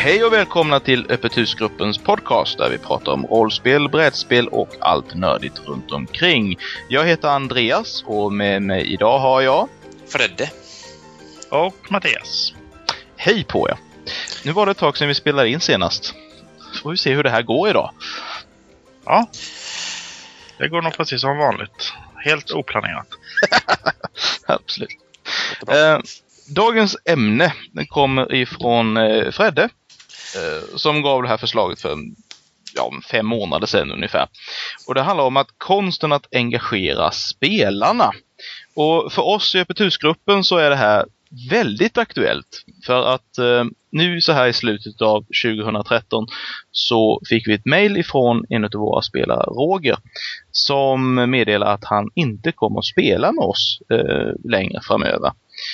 Hej och välkomna till Öppet husgruppens podcast där vi pratar om rollspel, brädspel och allt nördigt runt omkring. Jag heter Andreas och med mig idag har jag Fredde och Mattias. Hej på er! Nu var det ett tag sedan vi spelade in senast. Får vi se hur det här går idag. Ja, det går nog precis som vanligt. Helt oplanerat. Absolut. Dagens ämne kommer ifrån Fredde som gav det här förslaget för 5 månader sedan ungefär. Och det handlar om att konsten att engagera spelarna. Och för oss i Öppet husgruppen så är det här väldigt aktuellt. För att nu så här i slutet av 2013 så fick vi ett mejl ifrån en av våra spelare, Roger, som meddelar att han inte kommer att spela med oss längre framöver.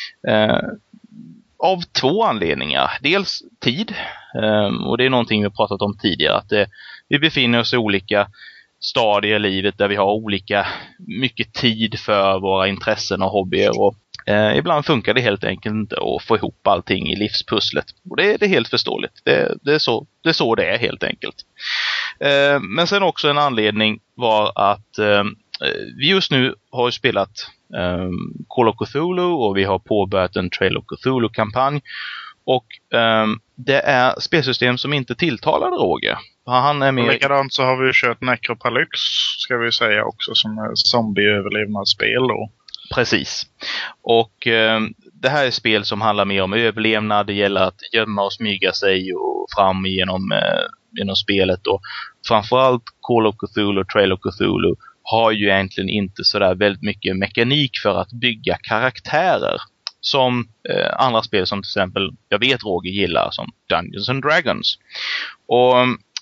Av 2 anledningar. Dels tid, och det är någonting vi har pratat om tidigare, att vi befinner oss i olika stadier i livet där vi har olika mycket tid för våra intressen och hobbyer, och ibland funkar det helt enkelt inte att få ihop allting i livspusslet. Och det är helt förståeligt. Det är så det är helt enkelt. Men sen också en anledning var att vi just nu har spelat Call of Cthulhu och vi har påbörjat en Trail of Cthulhu-kampanj. Och det är spelsystem som inte tilltalade Roger. Han är med... Och likadant så har vi kört Necropolyx, ska vi säga också, som är zombie-överlevnadsspel då. Precis. Och det här är spel som handlar mer om överlevnad. Det gäller att gömma och smyga sig och fram genom spelet. Och framförallt Call of Cthulhu och Trail of Cthulhu har ju egentligen inte sådär väldigt mycket mekanik för att bygga karaktärer. Som andra spel som till exempel, jag vet Roger gillar, som Dungeons and Dragons. Och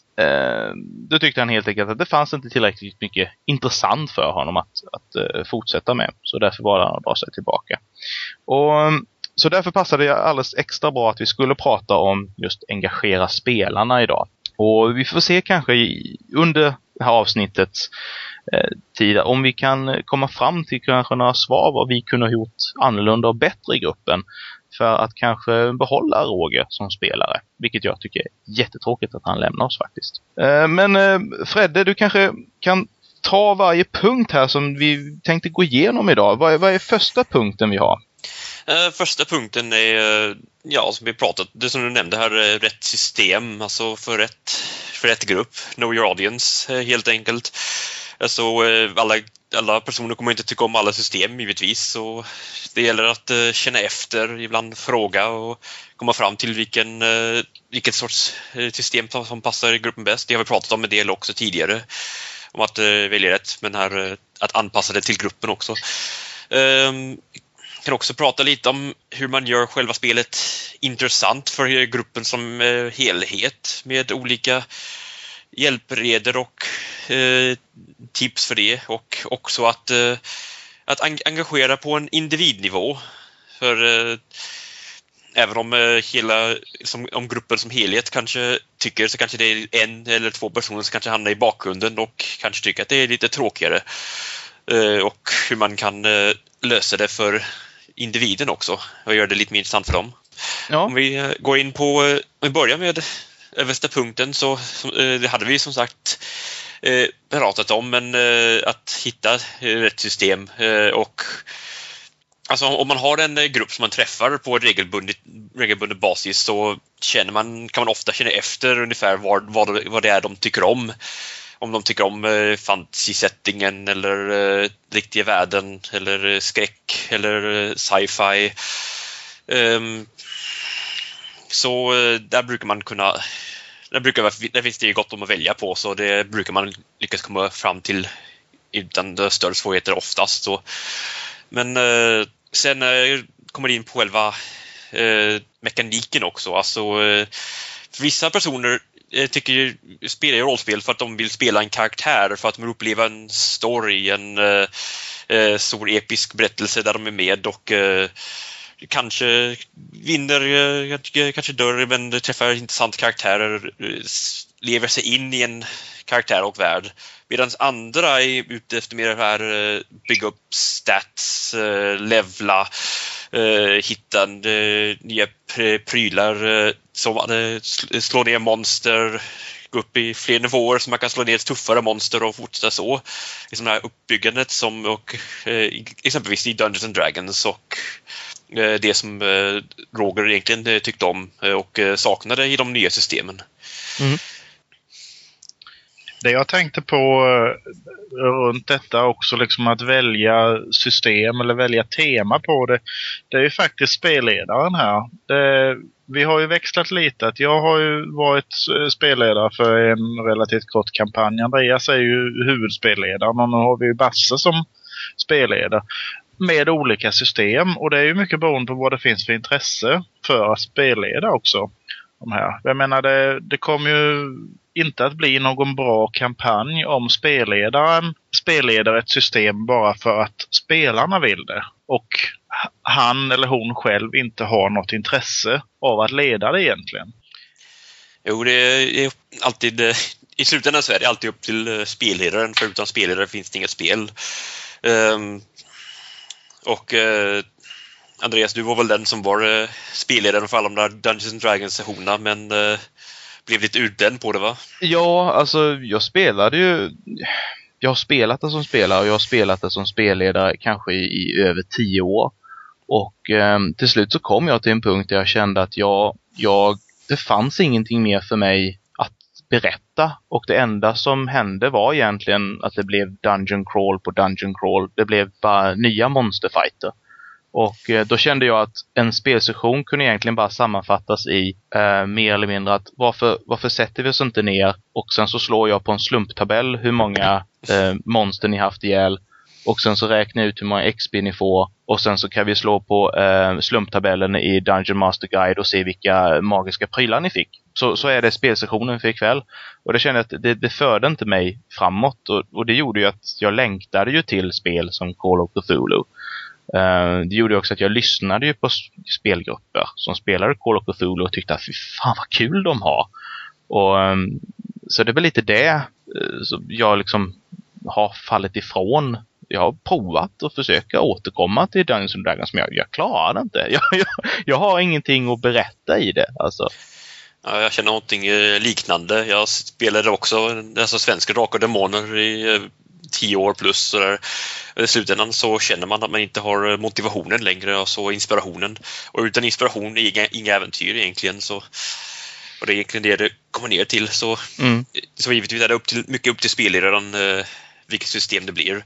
då tyckte han helt enkelt att det fanns inte tillräckligt mycket intressant för honom att fortsätta med. Så därför var han att dra sig tillbaka. Och så därför passade det alldeles extra bra att vi skulle prata om just engagera spelarna idag. Och vi får se kanske under det här avsnittets tid om vi kan komma fram till kanske några svar vad vi kunde ha gjort annorlunda och bättre i gruppen för att kanske behålla Roger som spelare, vilket jag tycker är jättetråkigt att han lämnar oss faktiskt. Men Fredde, du kanske kan ta varje punkt här som vi tänkte gå igenom idag. Vad är första punkten vi har? Första punkten är, som vi pratat, det som du nämnde här, rätt system, alltså för rätt grupp, know your audience helt enkelt. Alltså alla personer kommer inte tycka om alla system givetvis, så det gäller att känna efter, ibland fråga och komma fram till vilket sorts system som passar gruppen bäst. Det har vi pratat om en del också tidigare, om att välja rätt, men här att anpassa det till gruppen också. Kan också prata lite om hur man gör själva spelet intressant för gruppen som helhet med olika hjälpreder och tips för det, och också att engagera på en individnivå, för även om gruppen som helhet kanske tycker, så kanske det är 1 eller 2 personer som kanske hamnar i bakgrunden och kanske tycker att det är lite tråkigare, och hur man kan lösa det för individen också och göra det lite mer intressant för dem. Ja. Om vi går in på, vi börjar med översta punkten, så det hade vi som sagt pratat om, men att hitta rätt system, och alltså om man har en grupp som man träffar på regelbunden basis, så kan man ofta känna efter ungefär vad det är de tycker om. Om de tycker om fantasy-settingen eller riktiga världen eller skräck eller sci-fi. Så där finns det ju gott om att välja på, så det brukar man lyckas komma fram till utan större svårigheter oftast. Så. Men sen kommer det in på själva mekaniken också. Alltså, för vissa personer spelar rollspel för att de vill spela en karaktär, för att de upplever en story, en stor episk berättelse där de är med och kanske vinner, kanske dör, men träffar intressant karaktärer, lever sig in i en karaktär och värld. Medan andra är ute efter mer här bygga upp stats, levla, hitta nya prylar som slår ner monster, gå upp i fler nivåer så man kan slå ner tuffare monster och fortsätta så. I sådana här uppbyggandet som exempelvis i Dungeons and Dragons och det som Roger egentligen tyckte om och saknade i de nya systemen. Mm. Det jag tänkte på runt detta också, liksom att välja system eller välja tema på det, det är ju faktiskt spelledaren här. Vi har ju växlat lite. Att jag har ju varit spelledare för en relativt kort kampanj. Andreas är ju huvudspelledaren och nu har vi ju Basse som spelledare med olika system. Och det är ju mycket beroende på vad det finns för intresse för att spelleda också. De här. Jag menar, det kommer ju inte att bli någon bra kampanj om spelleder ett system bara för att spelarna vill det. Och han eller hon själv inte har något intresse av att leda det egentligen. Jo, det är alltid... I slutändan så är det alltid upp till spelledaren, för utan spelledare finns det inget spel. Andreas, du var väl den som var spelledaren för alla de där Dungeons and Dragons-sessionerna, men blev lite utbränd på det, va? Ja, alltså jag spelade ju... Jag har spelat det som spelare och jag har spelat det som spelledare kanske i över 10 år. Och till slut så kom jag till en punkt där jag kände att det fanns ingenting mer för mig att berätta. Och det enda som hände var egentligen att det blev dungeon crawl på dungeon crawl. Det blev bara nya monsterfighter. Och då kände jag att en spelsession kunde egentligen bara sammanfattas i mer eller mindre att varför sätter vi oss inte ner och sen så slår jag på en slumptabell hur många monster ni haft ihjäl och sen så räknar jag ut hur många XP ni får och sen så kan vi slå på slumptabellen i Dungeon Master Guide och se vilka magiska prylar ni fick. Så är det spelsessionen för ikväll. Och det kände att det förde inte mig framåt och det gjorde ju att jag längtade ju till spel som Call of Cthulhu. Det gjorde också att jag lyssnade ju på spelgrupper som spelade Call of Cthulhu och tyckte att fy fan vad kul de har. Och så det är väl lite det så jag liksom har fallit ifrån. Jag har provat att försöka återkomma till Dungeons and Dragons men jag klarar det inte. Jag har ingenting att berätta i det. Alltså. Ja, jag känner någonting liknande. Jag spelade också svenska Drakar och Demoner i 10 år plus. Så där. I slutändan så känner man att man inte har motivationen längre och så inspirationen. Och utan inspiration är inga äventyr egentligen. Så, och det är egentligen det kommer ner till. Så givetvis är det mycket upp till spelledaren vilket system det blir.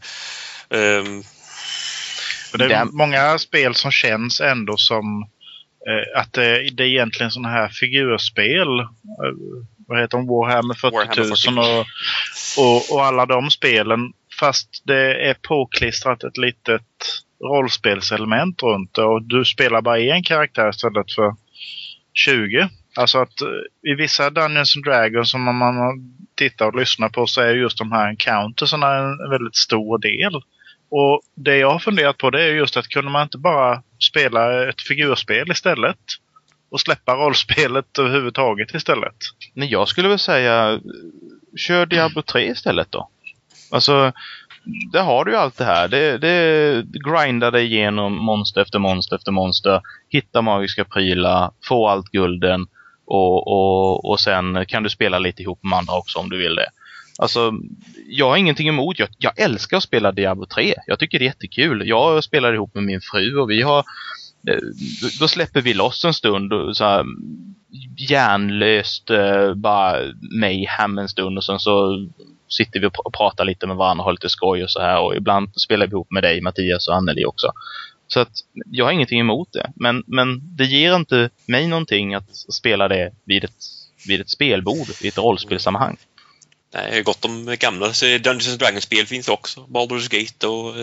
Det är många spel som känns ändå som att det är egentligen sådana här figurspel. Vad heter de? Warhammer 40 000 och alla de spelen. Fast det är påklistrat ett litet rollspelselement runt det. Och du spelar bara en karaktär istället för 20. Alltså att i vissa Dungeons and Dragons som man tittar och lyssnar på så är just de här encountersarna en väldigt stor del. Och det jag har funderat på det är just att kunde man inte bara spela ett figurspel istället och släppa rollspelet överhuvudtaget istället? Men jag skulle väl säga kör Diablo 3 istället då. Alltså där har du ju allt det här. Det grindar dig igenom monster efter monster efter monster, hitta magiska prylar, få allt gulden och sen kan du spela lite ihop med andra också om du vill det. Alltså, jag har ingenting emot. Jag älskar att spela Diablo 3. Jag tycker det är jättekul. Jag spelar ihop med min fru och vi har... Då släpper vi loss en stund och så här hjärnlöst bara mayhem en stund och sen så sitter vi och pratar lite med varandra och har lite skoj och så här och ibland spelar vi ihop med dig, Mattias och Anneli också. Så att jag har ingenting emot det. Men det ger inte mig någonting att spela det vid ett spelbord, i ett rollspelsammanhang. Nej, gott om gamla Dungeons and Dragons-spel finns också. Baldur's Gate och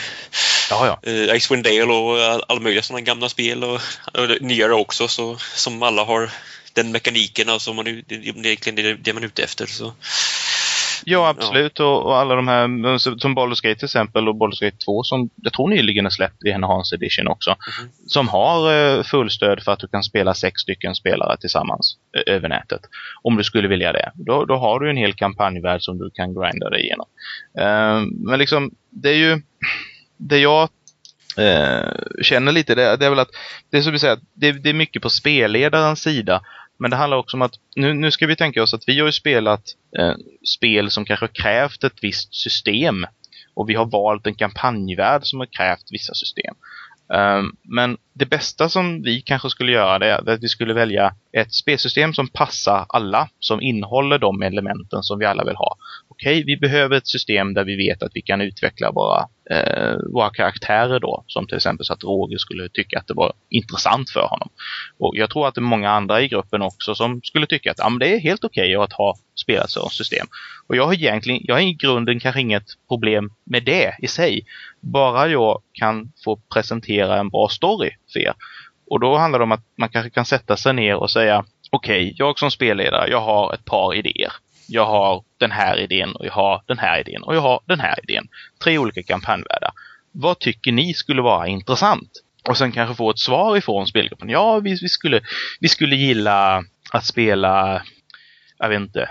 Icewind Dale och alla möjliga sådana gamla spel och nyare också så, som alla har den mekaniken och som det är egentligen det man är ute efter. Så. Ja, absolut. Ja. Och alla de här som Baldur's Gate till exempel och Baldur's Gate 2 som jag tror nyligen är släppt i Enhanced Edition också. Som har fullstöd för att du kan spela 6 stycken spelare tillsammans över nätet. Om du skulle vilja det. Då har du en hel kampanjvärld som du kan grinda dig igenom. Men liksom, det är ju det jag känner lite, det är väl att det är som vi säger, det är mycket på spelledarens sida, men det handlar också om att nu ska vi tänka oss att vi har ju spelat spel som kanske krävt ett visst system, och vi har valt en kampanjvärld som har krävt vissa system. Men det bästa som vi kanske skulle göra, det är att vi skulle välja ett spelsystem som passar alla, som innehåller de elementen som vi alla vill ha. Okej, vi behöver ett system där vi vet att vi kan utveckla våra karaktärer då, som till exempel så att Roger skulle tycka att det var intressant för honom. Och jag tror att det är många andra i gruppen också som skulle tycka att det är helt okej att ha spelat så system. Och jag har i grunden kanske inget problem med det i sig. Bara jag kan få presentera en bra story för er. Och då handlar det om att man kanske kan sätta sig ner och säga, okej, jag som spelledare, jag har ett par idéer. Jag har den här idén, och jag har den här idén, och jag har den här idén. 3 olika kampanjvärldar. Vad tycker ni skulle vara intressant? Och sen kanske få ett svar ifrån spelgruppen. Ja, vi skulle gilla att spela, jag vet inte.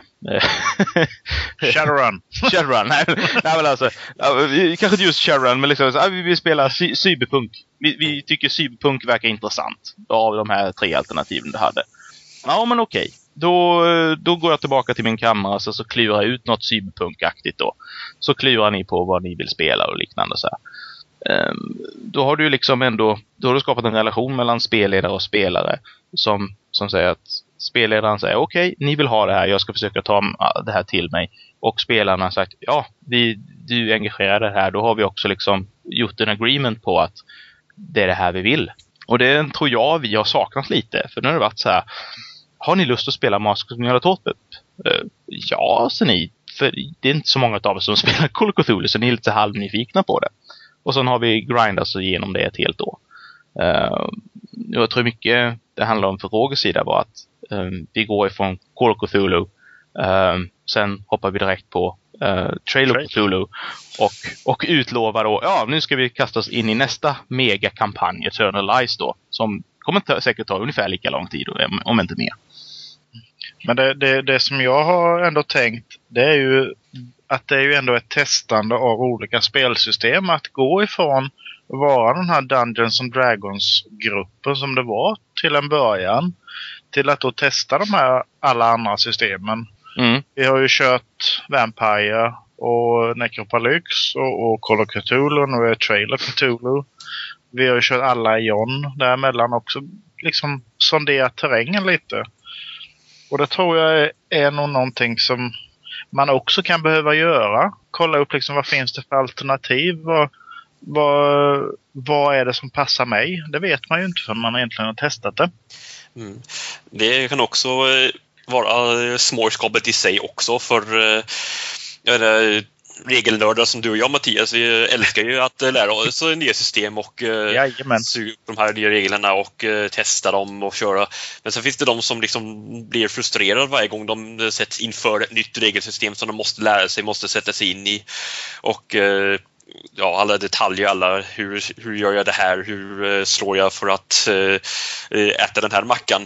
Shadowrun. Shadowrun, nej men alltså, kanske inte just Shadowrun, men liksom, vi vill spela cyberpunk. Vi tycker cyberpunk verkar intressant av de här 3 alternativen du hade. Ja, men okej. Då går jag tillbaka till min kammare, så klurar jag ut något cyberpunkaktigt då. Så klurar ni på vad ni vill spela och liknande så här. Då har du liksom ändå, då har du skapat en relation mellan spelledare och spelare som säger att spelledaren säger okej, ni vill ha det här, jag ska försöka ta det här till mig. Och spelarna har sagt, ja, du är engagerad i det här. Då har vi också liksom gjort en agreement på att det är det här vi vill. Och det tror jag vi har saknat lite. För nu har det varit så här, har ni lust att spela Mask of Nyarlathotep? Ja, så ni. För det är inte så många av oss som spelar Call of Cthulhu, så ni är lite halvnyfikna på det. Och sen har vi grindat igenom det ett helt år. Jag tror mycket det handlar om för Rogers sida var att vi går ifrån Call of Cthulhu, sen hoppar vi direkt på Trail of Cthulhu och utlovar då, ja, nu ska vi kasta oss in i nästa megakampanj, Eternal Lies då, som kommer säkert ta ungefär lika lång tid, om inte mer. Men det som jag har ändå tänkt, det är ju att det är ju ändå ett testande av olika spelsystem, att gå ifrån att vara den här Dungeons and Dragons-gruppen som det var till en början, till att då testa de här alla andra systemen. Vi har ju kört Vampire och Necropolyx och Call of Cthulhu, och nu är Trail of Cthulhu. Vi har ju kört alla Ion däremellan också, liksom sonderat terrängen lite. Och det tror jag är nog någonting som man också kan behöva göra. Kolla upp liksom, vad finns det för alternativ? Vad är det som passar mig? Det vet man ju inte förrän man egentligen har testat det. Det kan också vara småskapet i sig också, för regelnördar som du och jag, Mattias, vi älskar ju att lära oss nya system och suga upp de här nya reglerna och testa dem och köra. Men så finns det de som liksom blir frustrerade varje gång de sätts inför ett nytt regelsystem som de måste lära sig, måste sätta sig in i. Och alla detaljer, hur gör jag det här, hur slår jag för att äta den här mackan.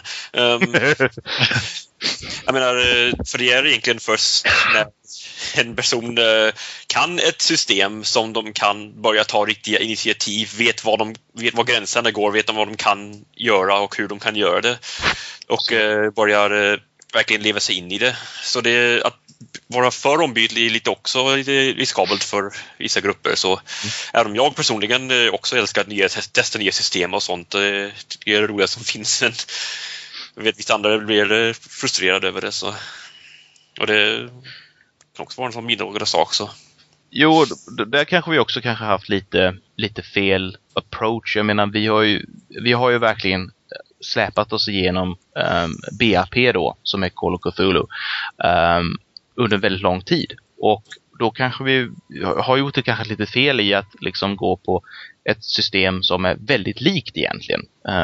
Jag menar, för det är egentligen först när en person kan ett system som de kan börja ta riktiga initiativ, vet var gränserna går, vet vad de kan göra och hur de kan göra det, och börjar verkligen leva sig in i det. Så det att vara för ombytlig är lite också riskabelt för vissa grupper. Så även om jag personligen också älskar att testa nya system och sånt, det är det roliga som finns, men jag vet vissa andra blir frustrerade över det. Så. Och det kan också vara en sån mindre sak. Så. Jo, där kanske vi också kanske haft lite fel approach. Jag menar, vi har ju verkligen släpat oss igenom BAP då, som är Call of Cthulhu, under väldigt lång tid. Och då kanske vi har gjort det kanske lite fel i att liksom gå på ett system som är väldigt likt egentligen,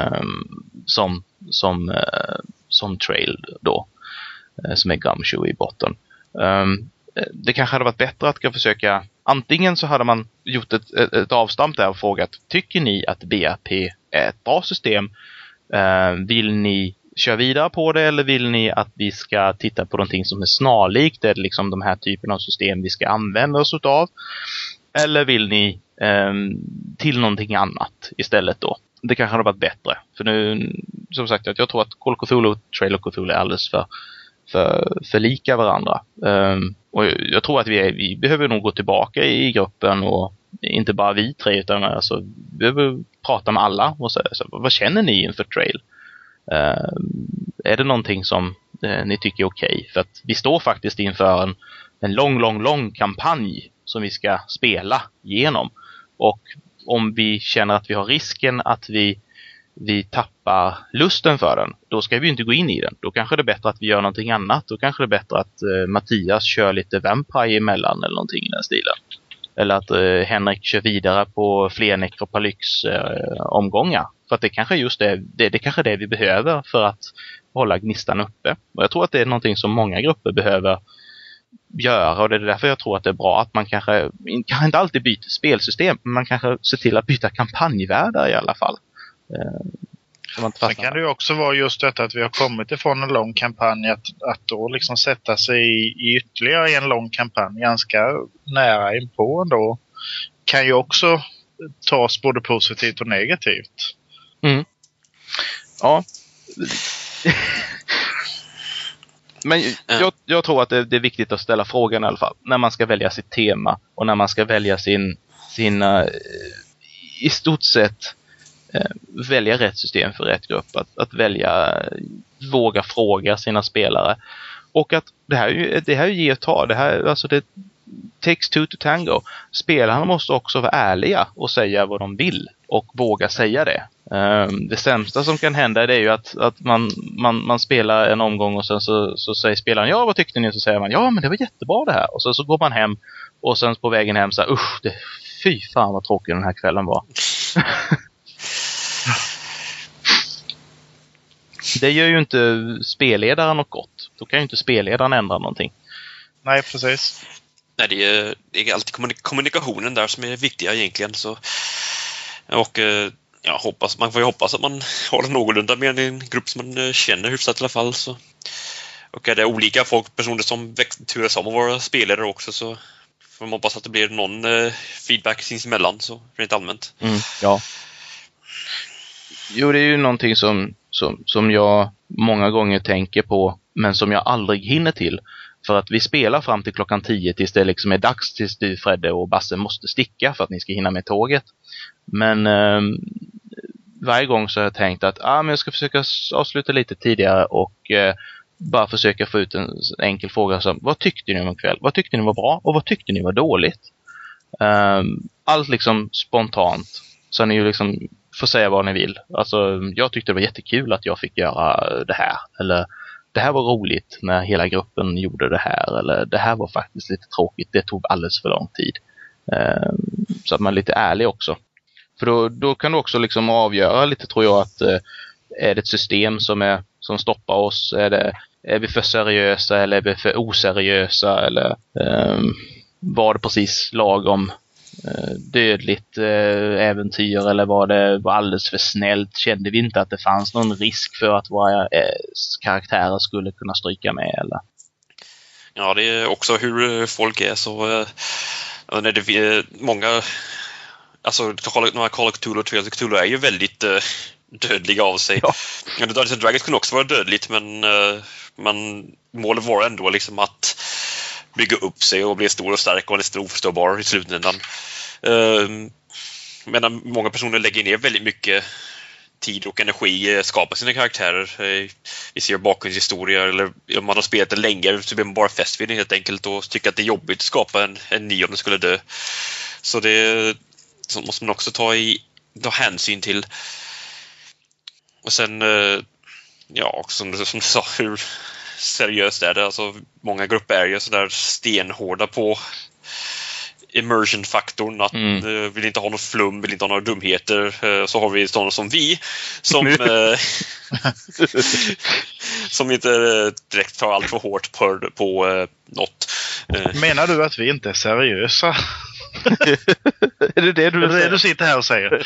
som Trail då, som är Gumshoe i botten. Det kanske hade varit bättre att försöka, antingen så hade man gjort ett avstamp där och frågat, tycker ni att BAP är ett bra system? Vill ni köra vidare på det, eller vill ni att vi ska titta på någonting som är snarlikt, eller liksom de här typen av system vi ska använda oss utav? Eller vill ni till någonting annat istället då. Det kanske hade varit bättre. För nu, som sagt, jag tror att Call of Cthulhu och Trail of Cthulhu är alldeles för lika varandra. Och jag tror att vi behöver nog gå tillbaka i gruppen, och inte bara vi tre, utan alltså, vi behöver prata med alla och säga, så, vad känner ni inför Trail? Är det någonting som ni tycker är okej? För att vi står faktiskt inför en lång kampanj som vi ska spela igenom. Och om vi känner att vi har risken att vi tappar lusten för den, då ska vi inte gå in i den. Då kanske det är bättre att vi gör någonting annat. Då kanske det är bättre att Mattias kör lite Vampire emellan eller någonting i den stilen. Eller att Henrik kör vidare på fler Necropolyx omgångar. För att det kanske just det kanske det vi behöver för att hålla gnistan uppe. Och jag tror att det är någonting som många grupper behöver göra, och det är därför jag tror att det är bra att man kanske inte alltid byter spelsystem, men man kanske ser till att byta kampanjvärldar i alla fall. Sen kan det ju också vara just detta att vi har kommit ifrån en lång kampanj, att då liksom sätta sig i ytterligare en lång kampanj ganska nära inpå ändå kan ju också tas både positivt och negativt. Ja. Men jag tror att det är viktigt att ställa frågan i alla fall. När man ska välja sitt tema och när man ska välja sin i stort sett välja rätt system för rätt grupp. Att våga fråga sina spelare. Och att det här ger och ta. Det takes two to tango. Spelarna måste också vara ärliga och säga vad de vill. Och våga säga det. Det sämsta som kan hända är ju att man spelar en omgång och sen så säger spelaren, ja vad tyckte ni? Så säger man, ja men det var jättebra det här. Och så går man hem och sen på vägen hem så här, fy fan vad tråkig den här kvällen var. Det gör ju inte spelledaren något gott. Då kan ju inte spelledaren ändra någonting. Nej, precis. Nej, det är alltid kommunikationen där som är viktiga egentligen. Så. Och man får ju hoppas att man har någorlunda med en grupp som man känner hyfsat i alla fall. Så. Och är det olika personer som turas om att vara spelare också, så får man hoppas att det blir någon feedback sinsemellan, så rent allmänt. Ja. Jo, det är ju någonting som jag många gånger tänker på, men som jag aldrig hinner till. För att vi spelar fram till klockan 10 tills det liksom är dags, tills du, Fredde och Basse måste sticka för att ni ska hinna med tåget. Men varje gång så har jag tänkt att men jag ska försöka avsluta lite tidigare och bara försöka få ut en enkel fråga som, vad tyckte ni om en kväll? Vad tyckte ni var bra och vad tyckte ni var dåligt? Allt liksom spontant. Så ni ju liksom får säga vad ni vill. Alltså, jag tyckte det var jättekul att jag fick göra det här. Eller det här var roligt när hela gruppen gjorde det här. Eller det här var faktiskt lite tråkigt. Det tog alldeles för lång tid. Så att man är lite ärlig också. För då kan du också liksom avgöra lite, tror jag, att är det ett system som stoppar oss? Är vi för seriösa eller är vi för oseriösa? Eller var det precis lagom dödligt äventyr, eller var det alldeles för snällt? Kände vi inte att det fanns någon risk för att våra karaktärer skulle kunna stryka med? Eller? Ja, det är också hur folk är, så när det är många, alltså några Call of Cthulhu och Trail of Cthulhu är ju väldigt dödliga av sig. Ja. Dungeons & Dragons kunde också vara dödligt, men målet var ändå liksom att bygga upp sig och bli stor och stark och stor och oförståbar i slutändan. Medan många personer lägger ner väldigt mycket tid och energi i skapa sina karaktärer. Vi ser bakgrundshistorier, eller om man har spelat det länge så blir man bara fäst vid det helt enkelt och tycker att det är jobbigt att skapa en ny om den skulle dö. Så det måste man också ta hänsyn till. Och sen som du sa, hur seriöst är det? Alltså, många grupper är ju sådär stenhårda på immersion-faktorn, att vill inte ha något flum, vill inte ha några dumheter. Så har vi sådana som vi som inte direkt tar allt för hårt på något. Menar du att vi inte är seriösa? Är det du sitter här och säger?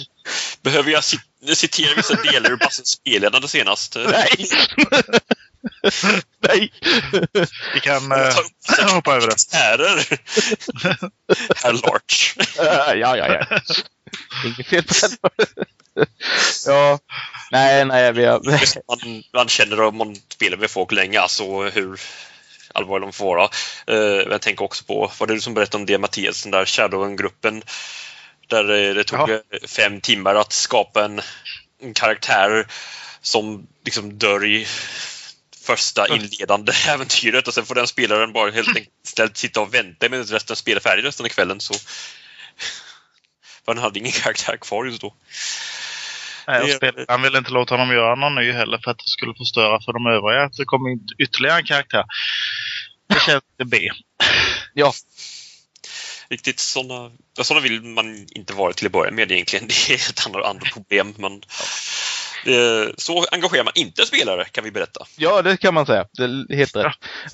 Behöver jag citera vissa delar ur Bassens spelledande senast? Nej. Nej! Vi kan hoppa över det. Herr Larch. Ja. Inget fel på den. Ja. Nej, vi har... Man känner om man spelar med folk länge, alltså hur allvarligt de får vara. Jag tänker också på, var det du som berättade om det, Mattias, den där Shadowen-gruppen där det tog 5 timmar att skapa en karaktär som liksom dör i första inledande äventyret, och sen får den spelaren bara helt enkelt sitta och vänta med resten spela färdig resten av kvällen, så för han hade ingen karaktär kvar just då. Nej, han ville inte låta honom göra någon ny heller för att det skulle förstöra för de övriga att det kommer ytterligare en karaktär. Det känns det B. Ja. Riktigt sådana vill man inte vara till att börja med egentligen. Det är ett andra problem. Men så engagerar man inte spelare, kan vi berätta. Ja, det kan man säga. Det är helt rätt.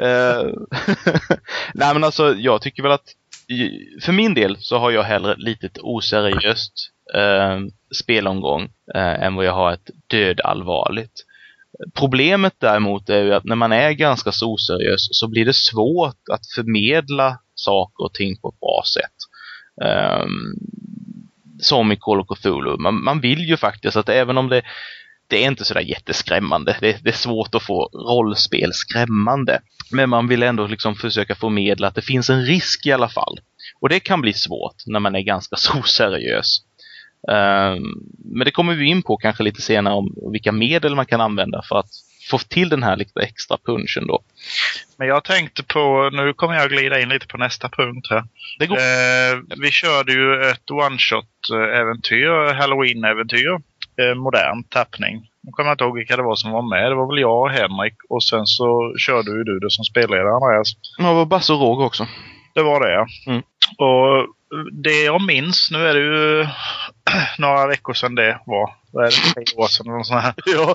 Nej, men alltså, jag tycker väl att för min del så har jag hellre lite oseriöst spelomgång än vad jag har ett dödallvarligt. Problemet däremot är ju att när man är ganska så oseriös så blir det svårt att förmedla saker och ting på ett bra sätt. Som i Call of Cthulhu. Man vill ju faktiskt att även om det är inte sådär jätteskrämmande. Det är svårt att få rollspel skrämmande. Men man vill ändå liksom försöka förmedla att det finns en risk i alla fall. Och det kan bli svårt när man är ganska så seriös. Men det kommer vi in på kanske lite senare om vilka medel man kan använda för att få till den här lite extra punchen då. Men jag tänkte på, nu kommer jag glida in lite på nästa punkt här. Det går. Vi körde ju ett one-shot-äventyr, Halloween-äventyr, modern tappning. Nu kommer jag inte ihåg vilka det var som var med. Det var väl jag och Henrik, och sen så körde ju du det som spelledare, Andreas. Ja, det var Basse och Roger också. Det var det, ja. Mm. Och det jag minns, nu är det ju några veckor sedan det var. Vad är det? 3 år sedan eller sånt här. Ja.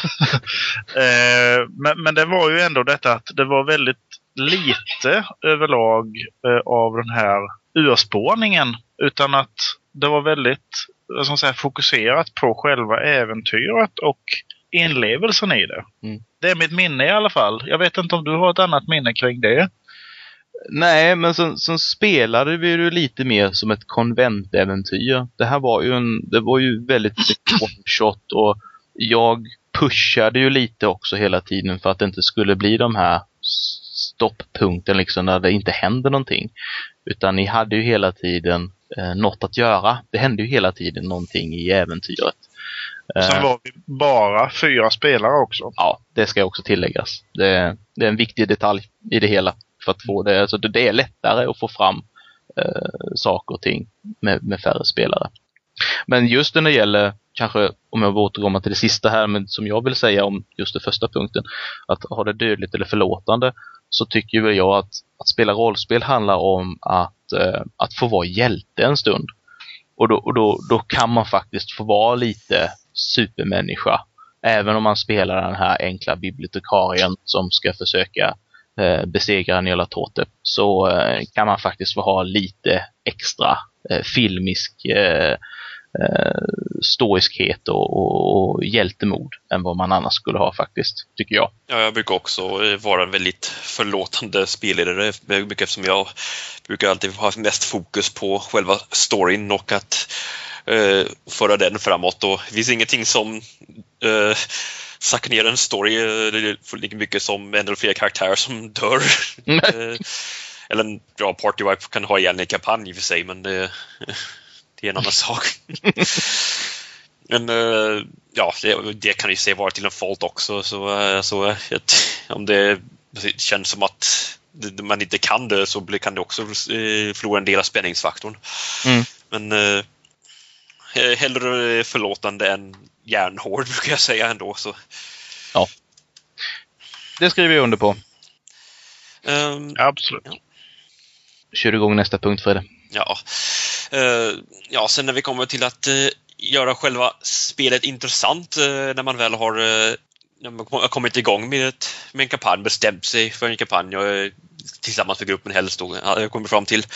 Men det var ju ändå detta att det var väldigt lite överlag av den här urspårningen. Utan att det var väldigt fokuserat på själva äventyret och inlevelsen i det. Mm. Det är mitt minne i alla fall. Jag vet inte om du har ett annat minne kring det. Nej, men sen spelade vi ju lite mer som ett konventäventyr. Det här var ju väldigt one-shot, och jag pushade ju lite också hela tiden för att det inte skulle bli de här stopppunkten liksom där det inte händer någonting. Utan ni hade ju hela tiden något att göra. Det hände ju hela tiden någonting i äventyret. Sen var vi bara 4 spelare också. Ja, det ska också tilläggas. Det är en viktig detalj i det hela. För att få det, alltså det är lättare att få fram saker och ting med färre spelare. Men just när det gäller, kanske om jag återkommer till det sista här, men som jag vill säga om just det första punkten, att ha det dödligt eller förlåtande, så tycker väl jag att spela rollspel handlar om att få vara hjälte en stund. Och då kan man faktiskt få vara lite supermänniska. Även om man spelar den här enkla bibliotekarien som ska försöka besegra Nyarlathotep, så kan man faktiskt få ha lite extra filmisk stoiskhet och hjältemod än vad man annars skulle ha faktiskt, tycker jag. Ja, jag brukar också vara en väldigt förlåtande spelledare, mycket eftersom jag brukar alltid ha mest fokus på själva storyn och att föra den framåt, och det finns ingenting som sackar ner en story lika mycket som en eller flera karaktärer som dör. Eller en bra partywipe kan ha igen i kampanj för sig, men det är en annan sak. Men ja, det kan ju se vara till en fault också, så om det känns som att man inte kan det, så kan det också förlora en del av spänningsfaktorn. Men hellre förlåtande än järnhård, brukar jag säga ändå. Så. Ja. Det skriver jag under på. Absolut. Ja. Kör igång nästa punkt, Fredde. Ja, sen när vi kommer till att göra själva spelet intressant, när man väl har när man kommit igång med en kampanj, bestämt sig för en kampanj och tillsammans med gruppen helst då, jag kommer fram till.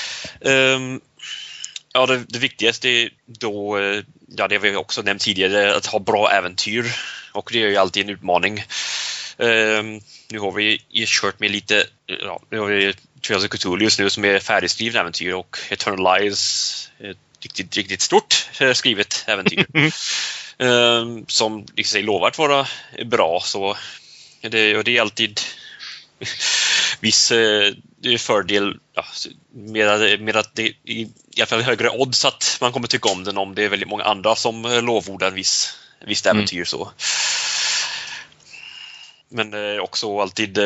Ja, det viktigaste är då, ja, det har vi också nämnt tidigare, att ha bra äventyr, och det är ju alltid en utmaning. Nu har vi kört med lite, nu har vi Trails of Cthulhu just nu som är färdigskrivna äventyr och Eternal Lies, ett riktigt stort skrivet äventyr. Som liksom lovar att vara bra, så det är alltid viss fördel med att det är i alla fall högre odds att man kommer tycka om den om det är väldigt många andra som lovordar visst äventyr så. Men också alltid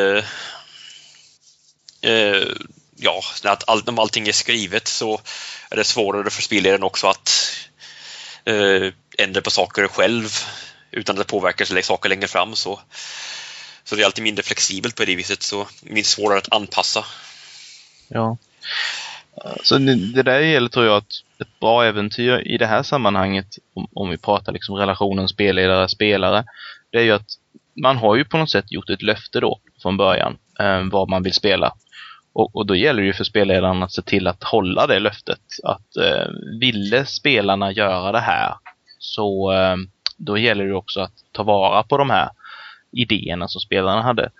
när allting är skrivet så är det svårare för spelaren också att ändra på saker själv utan att det påverkar saker längre fram, så det är alltid mindre flexibelt på det viset, så mindre svårare att anpassa. Ja. Så det där gäller, tror jag, att ett bra äventyr i det här sammanhanget, om vi pratar liksom relationen spelledare-spelare, det är ju att man har ju på något sätt gjort ett löfte då från början vad man vill spela. Och då gäller det ju för spelledaren att se till att hålla det löftet. Att ville spelarna göra det här, så då gäller det också att ta vara på de här idéerna som spelarna hade.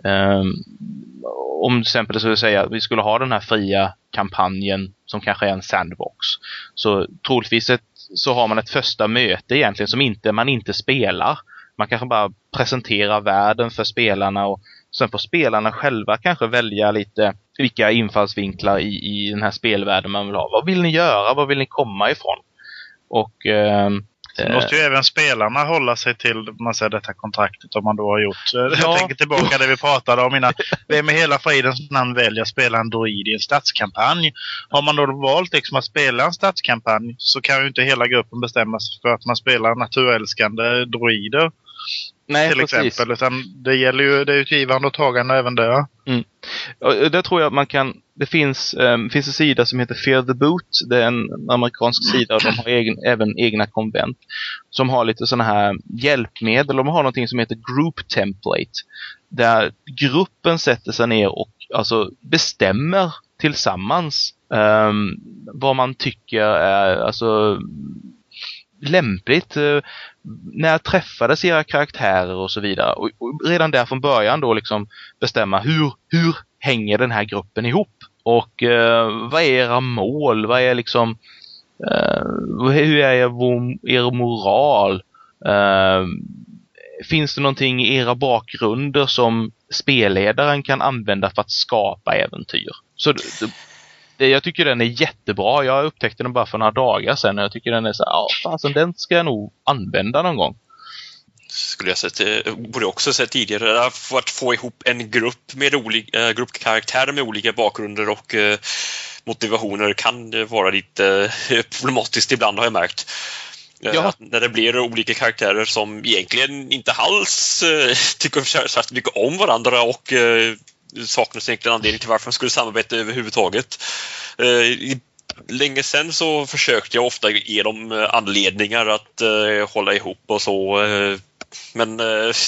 Om till exempel så vill säga att vi skulle ha den här fria kampanjen som kanske är en sandbox, så troligtvis så har man ett första möte egentligen som man inte spelar. Man kanske bara presenterar världen för spelarna, och sen får spelarna själva kanske välja lite vilka infallsvinklar i den här spelvärlden man vill ha. Vad vill ni göra? Vad vill ni komma ifrån? Och så måste ju även spelarna hålla sig till detta kontraktet om man då har gjort. Jag tänker tillbaka det vi pratade om innan. Vem i hela fridens namn väljer att spela en droid i en stadskampanj? Har man då valt liksom att spela en stadskampanj, så kan ju inte hela gruppen bestämma sig för att man spelar naturälskande droider. Nej, till exempel. Utan det är ju ett givande och tagande även där. Och det tror jag att man kan. Det finns en sida som heter Fear the Boot. Det är en amerikansk sida, och de har även egna konvent som har lite såna här hjälpmedel. De har någonting som heter Group Template, där gruppen sätter sig ner och alltså bestämmer tillsammans vad man tycker är alltså lämpligt. När träffades era karaktärer och så vidare. Och redan där från början då liksom bestämma hur hänger den här gruppen ihop? Och vad är era mål? Vad är liksom hur är er moral? Finns det någonting i era bakgrunder som spelledaren kan använda för att skapa äventyr? Så jag tycker den är jättebra. Jag upptäckte den bara för några dagar sedan, och jag tycker den är så den ska jag nog använda någon gång. Skulle jag borde också sett tidigare, för att få ihop en grupp med olika gruppkaraktärer med olika bakgrunder och motivationer kan vara lite problematiskt ibland, har jag märkt. Ja. När det blir olika karaktärer som egentligen inte alls tycker så mycket om varandra och saknas egentligen anledning till varför man skulle samarbeta överhuvudtaget. Länge sedan så försökte jag ofta ge dem anledningar att hålla ihop och så. Men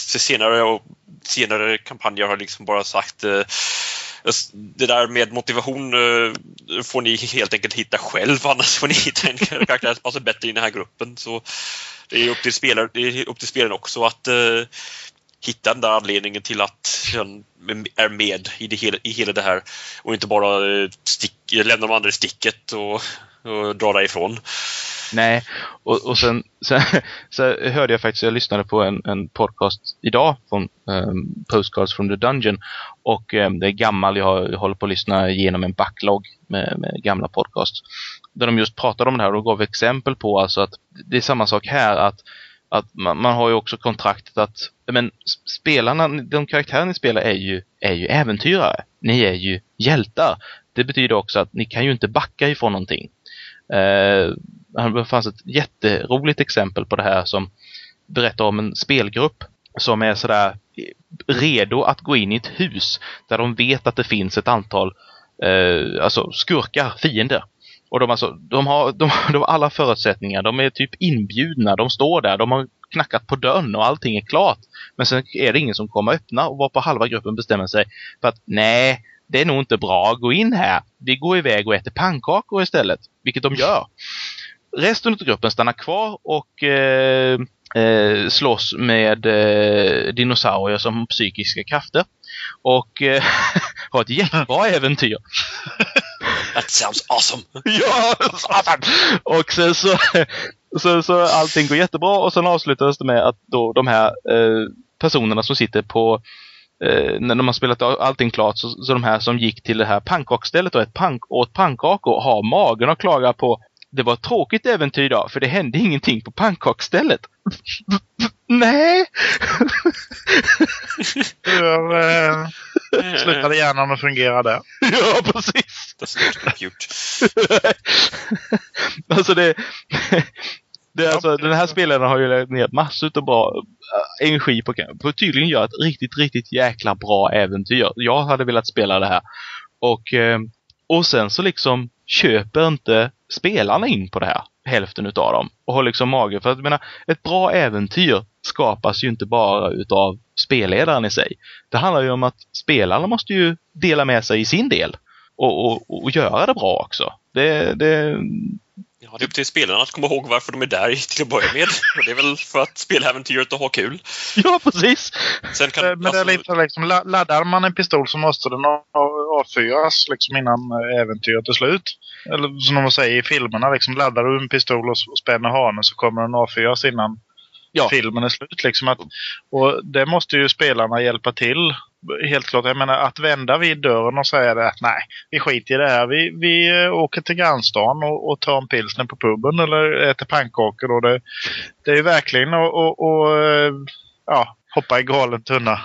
senare kampanjer har liksom bara sagt det där med motivation får ni helt enkelt hitta själv, annars får ni hitta en karaktär som passar bättre i den här gruppen. Så det är upp till spelaren också att hitta den där anledningen till att han är med i hela det här, och inte bara lämna de andra i sticket och dra därifrån. Nej, och sen så hörde jag faktiskt, jag lyssnade på en podcast idag från Postcards from the Dungeon, och det är gammal, jag håller på att lyssna igenom en backlog med gamla podcasts där de just pratade om det här, och gav exempel på alltså att det är samma sak här, att man har ju också kontraktet att spelarna, de karaktärer ni spelar är ju äventyrare. Ni är ju hjältar. Det betyder också att ni kan ju inte backa ifrån någonting. Det fanns ett jätteroligt exempel på det här som berättar om en spelgrupp som är sådär redo att gå in i ett hus där de vet att det finns ett antal skurkar, fiender. Och de har alla förutsättningar. De är typ inbjudna. De står där. De har knackat på dörren och allting är klart. Men sen är det ingen som kommer öppna, och var på halva gruppen bestämmer sig för att nej, det är nog inte bra att gå in här. Vi går iväg och äter pannkakor istället. Vilket de gör. Resten av gruppen stannar kvar och slåss med dinosaurier som har psykiska krafter. Och har ett jättebra äventyr. That sounds awesome. Ja, awesome. Och sen så allting går jättebra och sen avslutas det med att då de här personerna som sitter på när de har spelat allting klart så de här som gick till det här pannkakstället och åt pannkakor har magen och klagar på det var ett tråkigt äventyr idag för det hände ingenting på pannkakstället. Nej. Slutade hjärnan att fungera där. Ja, precis. Det är gjort. Alltså det alltså, den här spelaren har ju lagt ner massor av bra energi på tydligen gör ett riktigt, riktigt jäkla bra äventyr. Jag hade velat spela det här. Och sen så liksom köper inte spelarna in på det här. Hälften utav dem. Och har liksom mage. För att jag menar, ett bra äventyr skapas ju inte bara utav spelledaren i sig. Det handlar ju om att spelarna måste ju dela med sig i sin del. Och göra det bra också. Ja, det är upp till spelarna att komma ihåg varför de är där till att börja med. Och det är väl för att spela äventyret och ha kul. Ja, precis. Sen men det är lite liksom, laddar man en pistol så måste den avfyras liksom innan äventyret är slut. Eller som de säger i filmerna, liksom, laddar du en pistol och spänner hanen så kommer den avfyras innan filmen är slut. Liksom och det måste ju spelarna hjälpa till. Helt klart, jag menar att vända vid dörren och säga att nej, vi skiter i det här. Vi åker till grannstan och tar en pilsner på puben eller äter pannkakor. Och det är ju verkligen att hoppa i galen tunna.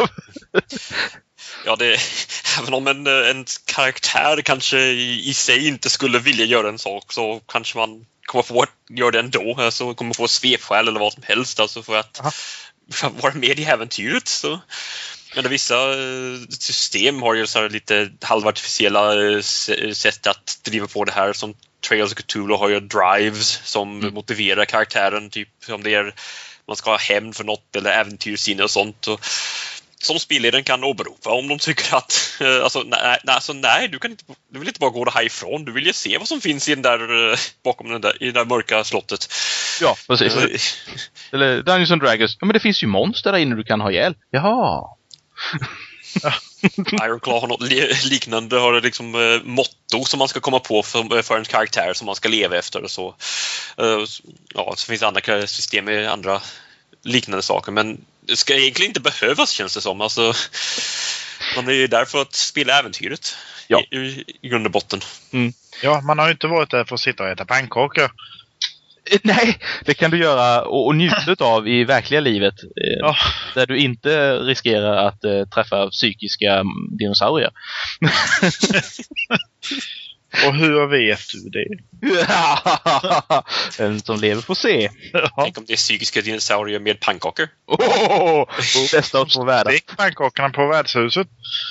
Ja, även om en karaktär kanske i sig inte skulle vilja göra en sak så kanske man kommer få göra det ändå. Alltså kommer få svepskäl eller vad som helst alltså för att vara med i äventyret så. Men vissa system har ju så här lite halvartificiella sätt att driva på det här. Som Trails of Cthulhu har ju drives som motiverar karaktären. Typ om det är man ska ha hämnd för något eller äventyrssinne och sånt. Och som spelledaren kan åberopa om de tycker att nej, du vill inte bara gå härifrån. Du vill ju se vad som finns i den där bakom i det där mörka slottet. Ja, precis. Eller Dungeons and Dragons. Ja, men det finns ju monster där inne du kan ha ihjäl. Jaha. Ironclaw har något liknande, har liksom motto som man ska komma på för en karaktär som man ska leva efter och så. Så finns det andra system med andra liknande saker, men det ska egentligen inte behövas känns det som. Alltså, man är ju där för att spela äventyret i grund och botten. Mm. Ja, man har ju inte varit där för att sitta och äta pannkakor. Nej, det kan du göra och njuta av i verkliga livet. Där du inte riskerar att träffa psykiska dinosaurier. Och hur vet du det? Den som lever får se. Tänk om det är psykiska dinosaurier med pannkakor. Bästa av två världar. Stick pannkakorna på värdshuset.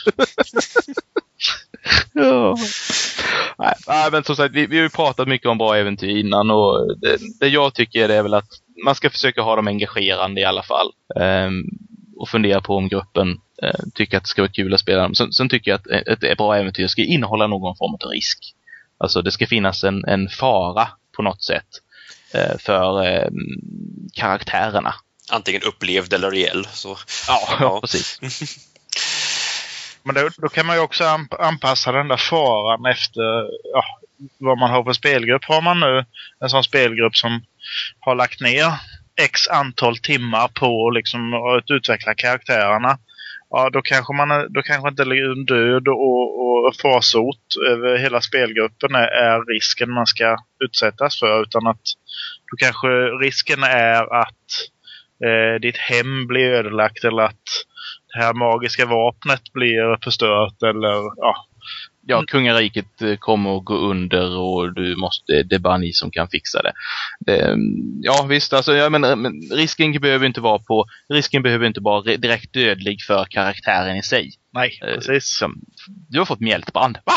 Nej, men som sagt, vi har ju pratat mycket om bra äventyr innan och det jag tycker är väl att man ska försöka ha dem engagerande i alla fall. Och fundera på om gruppen tycker att det ska vara kul att spela dem. Sen tycker jag att ett bra äventyr ska innehålla någon form av risk. Alltså det ska finnas en fara på något sätt för karaktärerna. Antingen upplevd eller reell. Så. Ja, precis. Men då kan man ju också anpassa den där faran efter vad man har för spelgrupp. Har man nu en sån spelgrupp som har lagt ner x antal timmar på liksom att utveckla karaktärerna, då kanske inte död och farsot över hela spelgruppen är risken man ska utsättas för, utan att då kanske risken är att ditt hem blir ödelagt eller att det här magiska vapnet blir förstört eller Ja, kungariket kommer att gå under och det är bara ni som kan fixa det. Ja, visst, alltså men risken behöver inte vara direkt dödlig för karaktären i sig. Nej, precis. Du har fått mjältbrand. Va?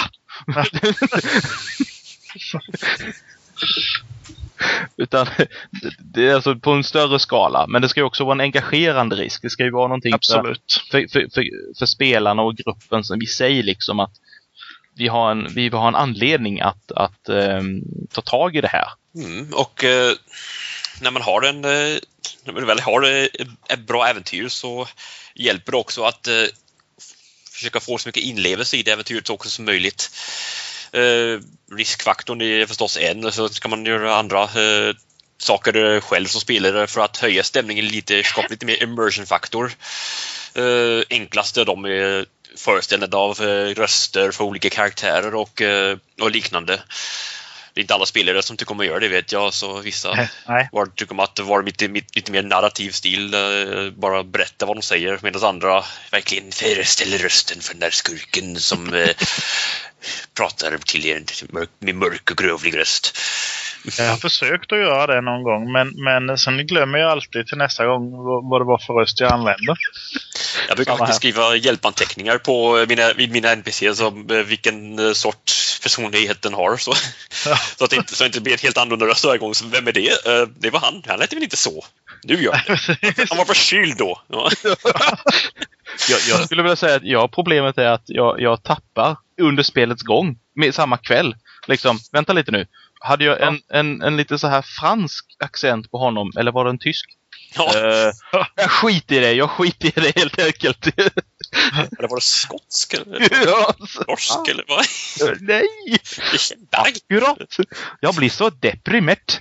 Utan det är alltså på en större skala. Men det ska ju också vara en engagerande risk. Det ska ju vara någonting för spelarna och gruppen som vi säger liksom att vi har en anledning att ta tag i det här. Och när man har när man väl har ett bra äventyr så hjälper det också att försöka få så mycket inlevelse i det äventyret också som möjligt. Riskfaktorn är förstås en, så kan man göra andra saker själv som spelare för att höja stämningen lite, skapa lite mer immersion-faktor. Enklast är de är föreställande av röster för olika karaktärer och liknande. Det är inte alla spelare som tycker om att göra det, vet jag. Så vissa tycker om att det var lite mer narrativ stil, bara berätta vad de säger, medan andra verkligen föreställer rösten för den där skurken som pratar till er med mörk och grövlig röst. Jag har försökt att göra det någon gång, men sen glömmer jag alltid till nästa gång vad det var för röst jag använde. Jag brukar faktiskt skriva hjälpanteckningar på mina NPC om vilken sorts personlighet den har. Så att det inte blir ett helt annorlunda röst varje gång. Så vem är det? Det var han. Han lät väl inte så. Nu gör det. Han var förkyld då. Ja. Jag skulle vilja säga att problemet är att jag tappar under spelets gång med samma kväll. Liksom, vänta lite nu. Hade jag en lite så här fransk accent på honom, eller var det en tysk? Ja. Jag skiter i det helt enkelt. Eller var det skotsk? Eller? Ja, norsk eller vad? Nej! Akkurat! Jag blir så deprimerad.